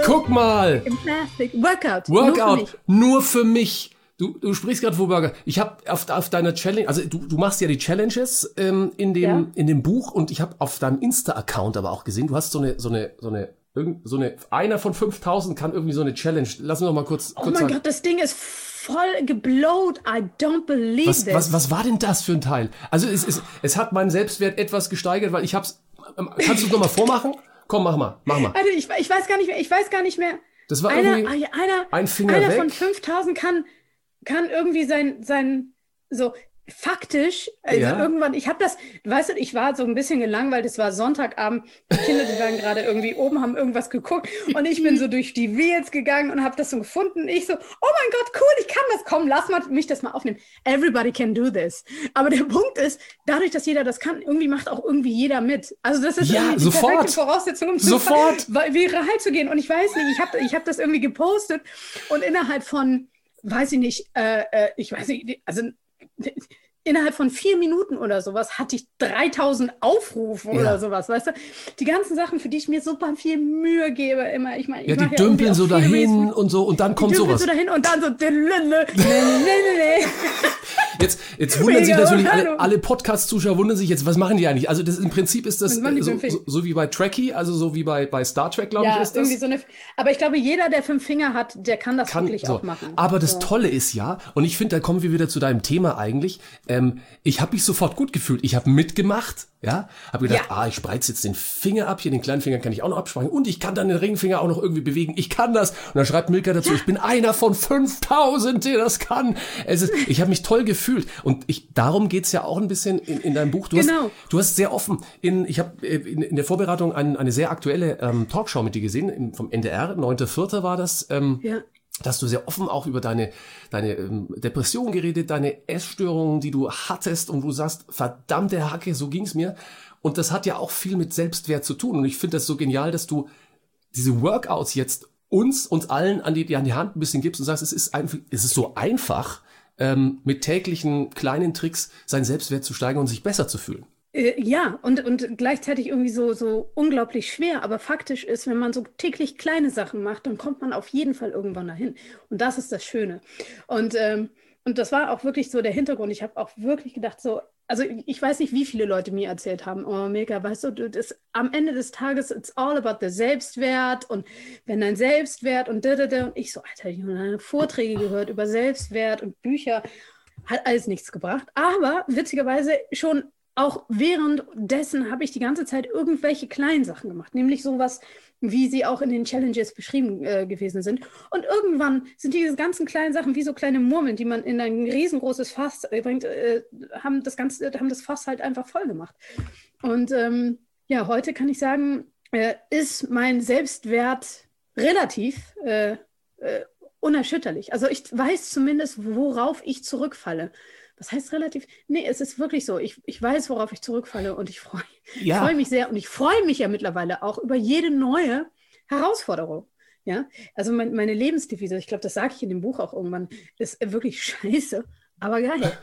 Speaker 3: Guck mal.
Speaker 4: Im Plastic. Workout.
Speaker 3: Workout. Nur für mich. Du, du sprichst gerade von Burger. Ich habe auf, auf deiner Challenge, also du, du machst ja die Challenges ähm, in dem
Speaker 4: Ja.
Speaker 3: in dem Buch und ich habe auf deinem Insta-Account aber auch gesehen, du hast so eine so eine so eine irgend so eine einer von fünftausend kann irgendwie so eine Challenge. Lass mich noch mal kurz
Speaker 4: Oh
Speaker 3: kurz
Speaker 4: mein
Speaker 3: sagen.
Speaker 4: Gott, das Ding ist voll geblowt. I don't believe
Speaker 3: Was,
Speaker 4: this.
Speaker 3: was, was war denn das für ein Teil? Also es, es, es hat meinen Selbstwert etwas gesteigert, weil ich hab's. Ähm, kannst du es nochmal vormachen? Komm, mach mal, mach mal.
Speaker 4: Alter, ich, ich weiß gar nicht mehr. Ich weiß gar nicht mehr.
Speaker 3: Das war
Speaker 4: einer,
Speaker 3: irgendwie
Speaker 4: einer,
Speaker 3: ein Finger
Speaker 4: einer
Speaker 3: weg.
Speaker 4: von fünftausend kann, kann irgendwie sein, sein, so faktisch, also
Speaker 3: Ja.
Speaker 4: irgendwann, ich habe das, weißt du, ich war so ein bisschen gelangweilt, es war Sonntagabend, die Kinder, die waren gerade irgendwie oben, haben irgendwas geguckt und ich bin so durch die Reels gegangen und habe das so gefunden. Ich so, oh mein Gott, cool, ich kann das, komm, lass mal, mich das mal aufnehmen. Everybody can do this. Aber der Punkt ist, dadurch, dass jeder das kann, irgendwie macht auch irgendwie jeder mit. Also das ist
Speaker 3: Ja,
Speaker 4: irgendwie die
Speaker 3: sofort.
Speaker 4: perfekte Voraussetzung, um
Speaker 3: Sofort.
Speaker 4: zu viral zu gehen. Und ich weiß nicht, ich habe ich hab das irgendwie gepostet und innerhalb von, weiß ich nicht, äh, äh, ich weiß nicht, also innerhalb von vier Minuten oder sowas hatte ich dreitausend Aufrufe
Speaker 3: Ja.
Speaker 4: oder sowas, weißt du? Die ganzen Sachen, für die ich mir super viel Mühe gebe, immer, ich meine, ich
Speaker 3: Ja, die
Speaker 4: mach
Speaker 3: dümpeln
Speaker 4: irgendwie
Speaker 3: so
Speaker 4: auch viele
Speaker 3: dahin
Speaker 4: Reels,
Speaker 3: und so und dann
Speaker 4: die
Speaker 3: kommt
Speaker 4: dümpeln
Speaker 3: sowas.
Speaker 4: so dahin und dann so dililil, dililil.
Speaker 3: Jetzt, jetzt wundern sich
Speaker 4: Mega,
Speaker 3: natürlich
Speaker 4: hallo.
Speaker 3: alle, alle Podcast-Zuschauer wundern sich jetzt, was machen die eigentlich? Also das im Prinzip ist das
Speaker 4: Was machen die
Speaker 3: äh, so,
Speaker 4: für ein
Speaker 3: so, so wie bei Trekkie, also so wie bei, bei Star Trek, glaube
Speaker 4: Ja,
Speaker 3: ich, ist das.
Speaker 4: irgendwie so eine, aber ich glaube, jeder, der fünf Finger hat, der kann das
Speaker 3: Kann,
Speaker 4: wirklich
Speaker 3: so.
Speaker 4: auch machen.
Speaker 3: Aber das
Speaker 4: so.
Speaker 3: Tolle ist ja, und ich finde, da kommen wir wieder zu deinem Thema eigentlich, ähm, ich habe mich sofort gut gefühlt. Ich habe mitgemacht, ja, habe gedacht,
Speaker 4: Ja.
Speaker 3: ah, ich spreiz jetzt den Finger ab, hier den kleinen Finger kann ich auch noch abspreizen und ich kann dann den Ringfinger auch noch irgendwie bewegen. Ich kann das. Und dann schreibt Milka dazu, ich bin einer von fünftausend, der das kann. Es ist, ich habe mich toll gefühlt und ich, darum geht's ja auch ein bisschen in, in deinem Buch. Du
Speaker 4: Genau.
Speaker 3: hast, du hast sehr offen, in, ich habe in, in der Vorbereitung ein, eine sehr aktuelle ähm, Talkshow mit dir gesehen, im, vom N D R, neunter vierter war das. Ähm,
Speaker 4: Ja.
Speaker 3: dass du sehr offen auch über deine, deine ähm, Depression geredet, deine Essstörungen, die du hattest und du sagst, verdammte Hacke, so ging's mir. Und das hat ja auch viel mit Selbstwert zu tun. Und ich finde das so genial, dass du diese Workouts jetzt uns, uns allen an die, an die Hand ein bisschen gibst und sagst, es ist einfach, es ist so einfach, ähm, mit täglichen kleinen Tricks seinen Selbstwert zu steigern und sich besser zu fühlen.
Speaker 4: Äh, Ja, und, und gleichzeitig irgendwie so, so unglaublich schwer. Aber faktisch ist, wenn man so täglich kleine Sachen macht, dann kommt man auf jeden Fall irgendwann dahin. Und das ist das Schöne. Und, ähm, und das war auch wirklich so der Hintergrund. Ich habe auch wirklich gedacht, so, also ich weiß nicht, wie viele Leute mir erzählt haben, oh Milka, weißt du, du das, am Ende des Tages, it's all about the Selbstwert und wenn dein Selbstwert und da, da, da. Und ich so, Alter, ich habe eine Vorträge gehört über Selbstwert und Bücher. Hat alles nichts gebracht. Aber witzigerweise schon auch währenddessen habe ich die ganze Zeit irgendwelche kleinen Sachen gemacht, nämlich sowas, wie sie auch in den Challenges beschrieben äh, gewesen sind. Und irgendwann sind diese ganzen kleinen Sachen wie so kleine Murmeln, die man in ein riesengroßes Fass äh, bringt, äh, haben das ganze, haben das Fass halt einfach voll gemacht. Und ähm, ja, heute kann ich sagen, äh, ist mein Selbstwert relativ äh, äh, unerschütterlich. Also ich weiß zumindest, worauf ich zurückfalle. Das heißt relativ, nee, es ist wirklich so. Ich, ich weiß, worauf ich zurückfalle und ich freue
Speaker 3: Ja.
Speaker 4: freu mich sehr und ich freue mich ja mittlerweile auch über jede neue Herausforderung. Ja, also mein, meine Lebensdevise, ich glaube, das sage ich in dem Buch auch irgendwann, ist wirklich scheiße, aber geil.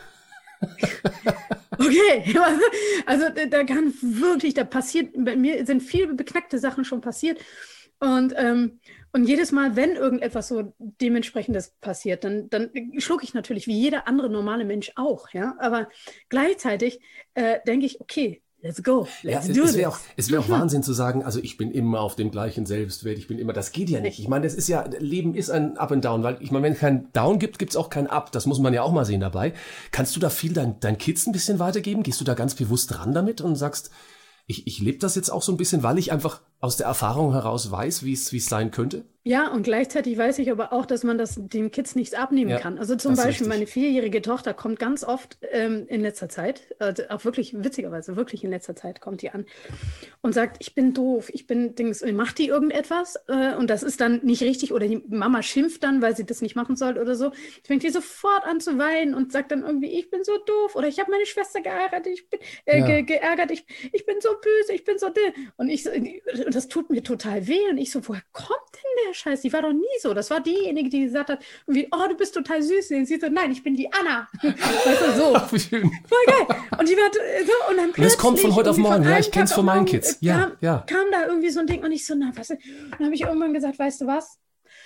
Speaker 4: Okay, also da kann wirklich, da passiert, bei mir sind viele beknackte Sachen schon passiert und ähm, Und jedes Mal, wenn irgendetwas so dementsprechendes passiert, dann, dann schlucke ich natürlich wie jeder andere normale Mensch auch, ja. Aber gleichzeitig äh, denke ich, okay, let's go, let's
Speaker 3: ja,
Speaker 4: do
Speaker 3: es
Speaker 4: this.
Speaker 3: wäre auch, es wär auch Wahnsinn zu sagen, also ich bin immer auf dem gleichen Selbstwert, ich bin immer, das geht ja nicht. Ich meine, das ist ja, Leben ist ein Up and Down, weil ich meine, wenn es kein Down gibt, gibt es auch kein Up. Das muss man ja auch mal sehen dabei. Kannst du da viel dein, dein Kids ein bisschen weitergeben? Gehst du da ganz bewusst dran damit und sagst, ich, ich lebe das jetzt auch so ein bisschen, weil ich einfach aus der Erfahrung heraus weiß, wie es wie es sein könnte?
Speaker 4: Ja, und gleichzeitig weiß ich aber auch, dass man das den Kids nichts abnehmen
Speaker 3: Ja,
Speaker 4: kann. Also zum
Speaker 3: das ist
Speaker 4: Beispiel
Speaker 3: richtig.
Speaker 4: meine vierjährige Tochter kommt ganz oft ähm, in letzter Zeit, äh, auch wirklich witzigerweise, wirklich in letzter Zeit kommt die an und sagt, ich bin doof, ich bin Dings, und macht die irgendetwas äh, und das ist dann nicht richtig oder die Mama schimpft dann, weil sie das nicht machen soll oder so. Fängt die sofort an zu weinen und sagt dann irgendwie, ich bin so doof oder ich habe meine Schwester geärgert, ich bin äh,
Speaker 3: Ja.
Speaker 4: ge geärgert, ich, ich bin so böse, ich bin so dill. Und ich so, und das tut mir total weh und ich so, woher kommt denn der Scheiß, die war doch nie so. Das war diejenige, die gesagt hat, irgendwie, oh, du bist total süß. Und sie so, nein, ich bin die Anna. Weißt du, so.
Speaker 3: Ach, wie schön.
Speaker 4: Voll geil. Und die war so, und dann
Speaker 3: Und das kommt von heute auf morgen. Ja, ich
Speaker 4: Tag
Speaker 3: kenn's von meinen
Speaker 4: morgen,
Speaker 3: Kids.
Speaker 4: Kam,
Speaker 3: Ja, ja.
Speaker 4: kam da irgendwie so ein Ding und ich so, na, was? Und dann habe ich irgendwann gesagt, weißt du was?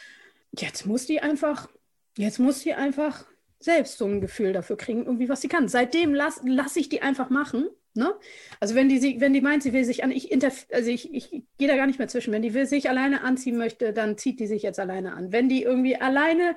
Speaker 4: Jetzt muss die einfach, jetzt muss die einfach selbst so ein Gefühl dafür kriegen, irgendwie, was sie kann. Seitdem lasse lass ich die einfach machen. Ne? Also wenn die, wenn die meint, sie will sich an, ich, interf- also ich, ich gehe da gar nicht mehr zwischen. Wenn die will, sich alleine anziehen möchte, dann zieht die sich jetzt alleine an. Wenn die irgendwie alleine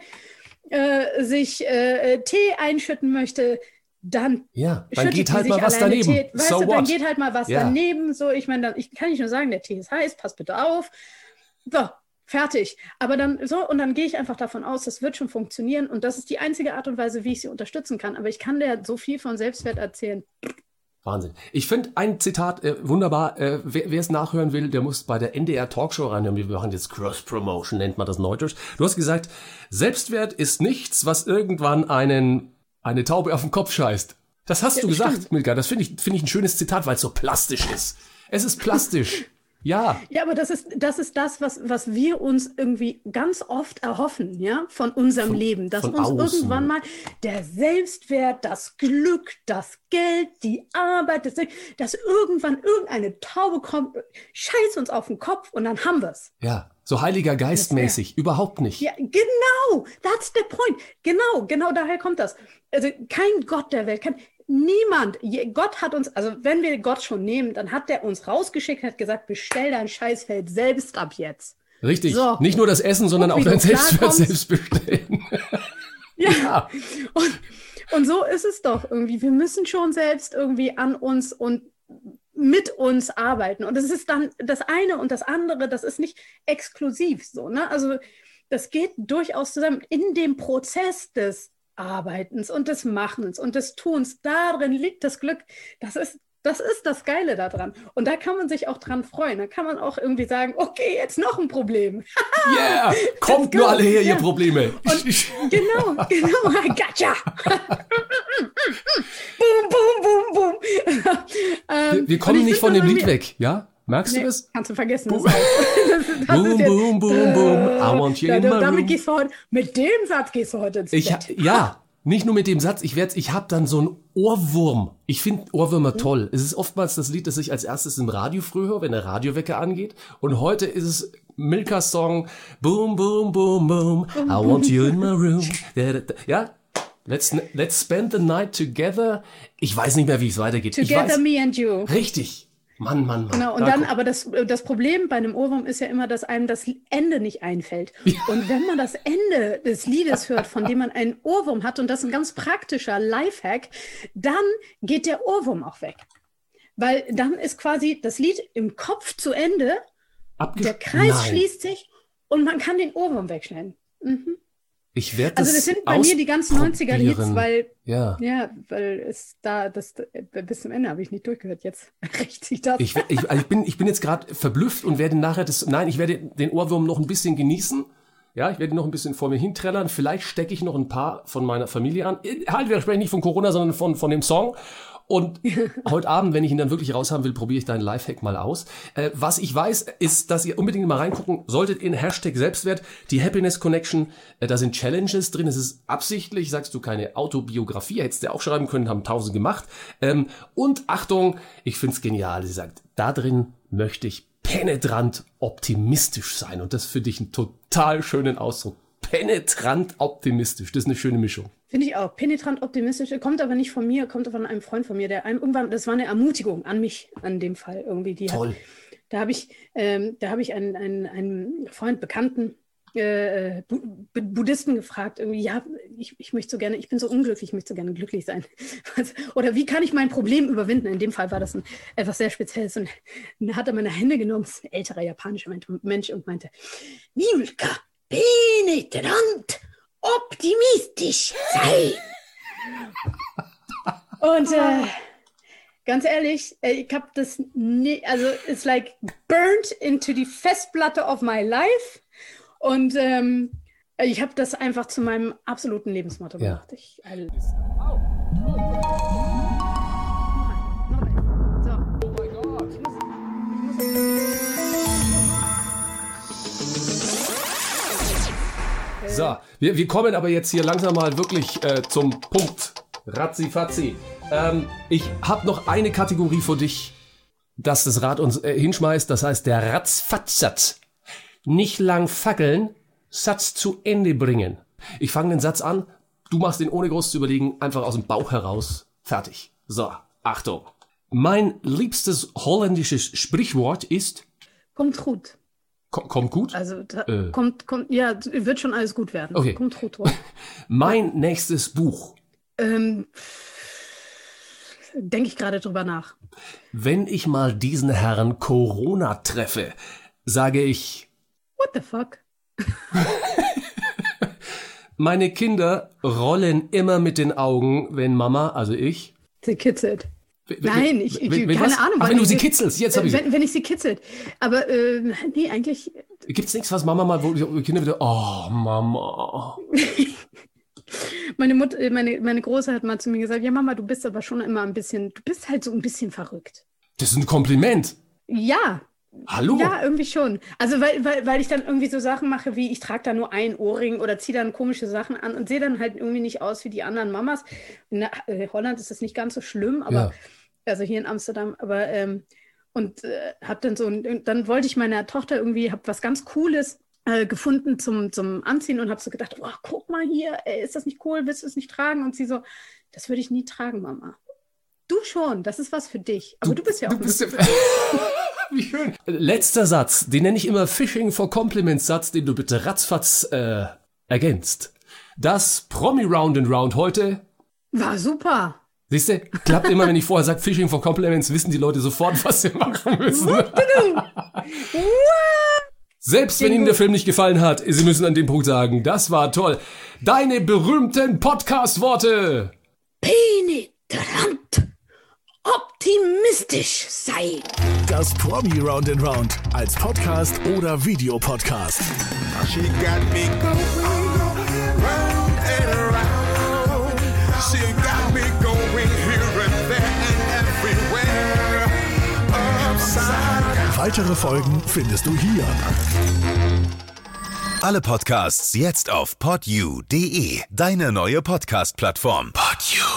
Speaker 4: äh, sich äh, Tee einschütten möchte, dann
Speaker 3: Ja, dann
Speaker 4: schüttet
Speaker 3: geht
Speaker 4: die
Speaker 3: halt
Speaker 4: sich
Speaker 3: mal was
Speaker 4: alleine
Speaker 3: daneben.
Speaker 4: Tee. Weißt
Speaker 3: So
Speaker 4: du, dann
Speaker 3: what?
Speaker 4: geht halt mal was
Speaker 3: Ja.
Speaker 4: daneben. So, ich meine, dann- ich kann nicht nur sagen, der Tee ist heiß, pass bitte auf. So, fertig. Aber dann so, und dann gehe ich einfach davon aus, das wird schon funktionieren. Und das ist die einzige Art und Weise, wie ich sie unterstützen kann. Aber ich kann der so viel von Selbstwert erzählen.
Speaker 3: Wahnsinn. Ich finde ein Zitat äh, wunderbar. Äh, wer wer es nachhören will, der muss bei der N D R Talkshow reinhören. Wir machen jetzt Cross-Promotion, nennt man das neudeutsch. Du hast gesagt, Selbstwert ist nichts, was irgendwann einen eine Taube auf den Kopf scheißt. Das hast
Speaker 4: Ja,
Speaker 3: du gesagt,
Speaker 4: stimmt.
Speaker 3: Milka. Das finde ich, finde ich ein schönes Zitat, weil es so plastisch ist. Es ist plastisch. Ja.
Speaker 4: Ja, aber das ist, das ist das, was, was wir uns irgendwie ganz oft erhoffen, ja, von unserem
Speaker 3: Von-
Speaker 4: Leben. Dass
Speaker 3: von
Speaker 4: uns
Speaker 3: außen.
Speaker 4: irgendwann mal der Selbstwert, das Glück, das Geld, die Arbeit, das, dass irgendwann irgendeine Taube kommt, scheißt uns auf den Kopf und dann haben wir es.
Speaker 3: Ja. So Heiliger Geist mäßig. Überhaupt nicht.
Speaker 4: Ja, genau, that's the point. Genau, genau daher kommt das. Also kein Gott der Welt, kein, niemand, je- Gott hat uns, also wenn wir Gott schon nehmen, dann hat der uns rausgeschickt, hat gesagt, bestell dein Scheißfeld selbst ab jetzt.
Speaker 3: Richtig.
Speaker 4: So.
Speaker 3: Nicht nur das Essen, sondern
Speaker 4: Guck,
Speaker 3: auch
Speaker 4: wie
Speaker 3: dein
Speaker 4: du
Speaker 3: Selbstwert
Speaker 4: klarkommst.
Speaker 3: selbst bestellen.
Speaker 4: Ja.
Speaker 3: Ja.
Speaker 4: Und, und so ist es doch irgendwie. Wir müssen schon selbst irgendwie an uns und mit uns arbeiten. Und das ist dann das eine und das andere, das ist nicht exklusiv so, ne? Also das geht durchaus zusammen. In dem Prozess des Arbeitens und des Machens und des Tuns, darin liegt das Glück. Das ist Das ist das Geile daran. Und da kann man sich auch dran freuen. Da kann man auch irgendwie sagen, okay, jetzt noch ein Problem.
Speaker 3: Yeah, kommt
Speaker 4: go.
Speaker 3: nur alle her, ihr
Speaker 4: Ja.
Speaker 3: Probleme.
Speaker 4: Genau, genau, I gotcha. boom, boom, boom, boom. ähm,
Speaker 3: Wir, wir kommen
Speaker 4: und ich
Speaker 3: nicht von
Speaker 4: find
Speaker 3: dem
Speaker 4: das
Speaker 3: Lied
Speaker 4: irgendwie-
Speaker 3: weg, ja? Merkst
Speaker 4: Nee,
Speaker 3: du das?
Speaker 4: kannst du vergessen. Das
Speaker 3: Boom.
Speaker 4: heißt. das, das
Speaker 3: Boom,
Speaker 4: ist jetzt-
Speaker 3: boom, boom, boom. I want you
Speaker 4: Da,
Speaker 3: in
Speaker 4: da,
Speaker 3: my
Speaker 4: damit
Speaker 3: room.
Speaker 4: gehst du heute, mit dem Satz gehst du heute ins
Speaker 3: Ich, ha-
Speaker 4: Bett.
Speaker 3: ja, nicht nur mit dem Satz, ich werde, ich habe dann so einen Ohrwurm. Ich finde Ohrwürmer
Speaker 4: Mhm.
Speaker 3: toll. Es ist oftmals das Lied, das ich als erstes im Radio früher höre, wenn der Radiowecker angeht. Und heute ist es Milkas Song Boom, boom, boom, boom. I want you in my room. Da, da, da. Ja, let's, let's spend the night together. Ich weiß nicht mehr, wie es weitergeht. Ich
Speaker 4: Together,
Speaker 3: weiß,
Speaker 4: me and you.
Speaker 3: richtig. Mann, Mann, Mann.
Speaker 4: Genau, und
Speaker 3: Da
Speaker 4: dann,
Speaker 3: kommt-
Speaker 4: aber das, das Problem bei einem Ohrwurm ist ja immer, dass einem das Ende nicht einfällt. Und wenn man das Ende des Liedes hört, von dem man einen Ohrwurm hat, und das ist ein ganz praktischer Lifehack, dann geht der Ohrwurm auch weg. Weil dann ist quasi das Lied im Kopf zu Ende,
Speaker 3: Abge-
Speaker 4: der Kreis
Speaker 3: Nein.
Speaker 4: schließt sich und man kann den Ohrwurm wegschneiden. Mhm.
Speaker 3: Ich werde das
Speaker 4: Also das sind bei mir die ganzen neunziger-Hits,
Speaker 3: ausprobieren.
Speaker 4: weil
Speaker 3: Ja.
Speaker 4: ja, weil es da, das, bis zum Ende habe ich nicht durchgehört. Jetzt rächt sich das.
Speaker 3: Ich, ich, also ich, bin, ich bin jetzt gerade verblüfft und werde nachher das. Nein, ich werde den Ohrwurm noch ein bisschen genießen. Ja, ich werde ihn noch ein bisschen vor mir hinträllern. Vielleicht stecke ich noch ein paar von meiner Familie an. Halt, wir sprechen nicht von Corona, sondern von, von dem Song. Und heute Abend, wenn ich ihn dann wirklich raushaben will, probiere ich deinen Lifehack mal aus. Äh, was ich weiß, ist, dass ihr unbedingt mal reingucken solltet in Hashtag Selbstwert, die Happiness Connection. Äh, da sind Challenges drin. Es ist absichtlich, sagst du, keine Autobiografie. Hättest du auch schreiben können, haben tausend gemacht. Ähm, und Achtung, ich find's genial. Sie sagt, da drin möchte ich penetrant optimistisch sein. Und das finde ich einen total schönen Ausdruck. Penetrant optimistisch. Das ist eine schöne Mischung.
Speaker 4: Finde ich auch. Penetrant optimistisch. Kommt aber nicht von mir, kommt von einem Freund von mir, der einem irgendwann, das war eine Ermutigung an mich, an dem Fall irgendwie. Die
Speaker 3: Toll.
Speaker 4: Hat, da habe ich, ähm, da habe ich einen, einen, einen Freund, Bekannten, äh, Bu Bu Buddhisten gefragt, irgendwie, ja, ich, ich möchte so gerne, ich bin so unglücklich, ich möchte so gerne glücklich sein. Oder wie kann ich mein Problem überwinden? In dem Fall war das ein, etwas sehr Spezielles. Und dann hat er meine Hände genommen, das ist ein älterer japanischer Mensch, und meinte, Milka, penetrant, optimistisch sein. Und äh, ganz ehrlich, äh, ich habe das, nie, also it's like burnt into die Festplatte of my life. Und ähm, ich habe das einfach zu meinem absoluten Lebensmotto
Speaker 3: Ja.
Speaker 4: gemacht. Ich, I, so.
Speaker 3: So, wir, wir kommen aber jetzt hier langsam mal wirklich äh, zum Punkt. Ratzi-fatzi. Ähm, ich habe noch eine Kategorie für dich, dass das Rad uns äh, hinschmeißt. Das heißt der Ratzfatzsatz. Nicht lang fackeln, Satz zu Ende bringen. Ich fange den Satz an, du machst den ohne groß zu überlegen, einfach aus dem Bauch heraus. Fertig. So, Achtung. Mein liebstes holländisches Sprichwort ist...
Speaker 4: Kommt gut.
Speaker 3: Ko- kommt gut?
Speaker 4: Also da,
Speaker 3: Äh.
Speaker 4: kommt, kommt, ja, wird schon alles gut werden.
Speaker 3: Okay.
Speaker 4: Kommt gut. Oder?
Speaker 3: Mein nächstes Buch.
Speaker 4: ähm, Denke ich gerade drüber nach.
Speaker 3: Wenn ich mal diesen Herrn Corona treffe, sage ich,
Speaker 4: What the fuck?
Speaker 3: meine Kinder rollen immer mit den Augen, wenn Mama, also ich...
Speaker 4: Sie kitzelt.
Speaker 3: Wenn-
Speaker 4: Nein, ich, ich
Speaker 3: wenn, wenn
Speaker 4: keine
Speaker 3: was?
Speaker 4: Ahnung.
Speaker 3: Ach,
Speaker 4: wann
Speaker 3: wenn du
Speaker 4: ich
Speaker 3: sie kitzelst, jetzt habe ich
Speaker 4: wenn, wenn ich sie kitzelt. Aber äh, nee, eigentlich...
Speaker 3: Gibt's nichts, was Mama mal, wo die Kinder wieder, oh, Mama.
Speaker 4: Meine Mutter, äh, meine, meine Große hat mal zu mir gesagt, ja Mama, du bist aber schon immer ein bisschen, du bist halt so ein bisschen verrückt.
Speaker 3: Das ist ein Kompliment.
Speaker 4: Ja,
Speaker 3: Hallo?
Speaker 4: ja, irgendwie schon. Also weil, weil, weil ich dann irgendwie so Sachen mache, wie ich trage da nur ein Ohrring oder ziehe dann komische Sachen an und sehe dann halt irgendwie nicht aus wie die anderen Mamas. In äh, Holland ist das nicht ganz so schlimm, aber
Speaker 3: Ja.
Speaker 4: also hier in Amsterdam, aber ähm, und äh, hab dann so ein, dann wollte ich meiner Tochter irgendwie, hab was ganz Cooles äh, gefunden zum, zum Anziehen und hab so gedacht, oh, guck mal hier, ey, ist das nicht cool, willst du es nicht tragen? Und sie so, das würde ich nie tragen, Mama. Du schon, das ist was für dich. Aber du, bist ja auch
Speaker 3: Du bist ja,
Speaker 4: ein
Speaker 3: wie schön. Letzter Satz, den nenne ich immer Fishing for Compliments Satz, den du bitte ratzfatz äh, ergänzt. Das Promi Round and Round heute,
Speaker 4: war super.
Speaker 3: siehst du, klappt immer, wenn ich vorher sage Fishing for Compliments, wissen die Leute sofort, was sie machen müssen. Selbst wenn Ihnen der Film nicht gefallen hat, Sie müssen an dem Punkt sagen, das war toll. Deine berühmten Podcast-Worte.
Speaker 4: Penetrant, optimistisch sein.
Speaker 1: Das Promi Round and Round als Podcast oder Videopodcast.
Speaker 2: She got me going round and round. She got me going here and there and everywhere. Upside down.
Speaker 1: Weitere Folgen findest du hier.
Speaker 5: Alle Podcasts jetzt auf podyou punkt de, deine neue Podcast-Plattform. Podyou.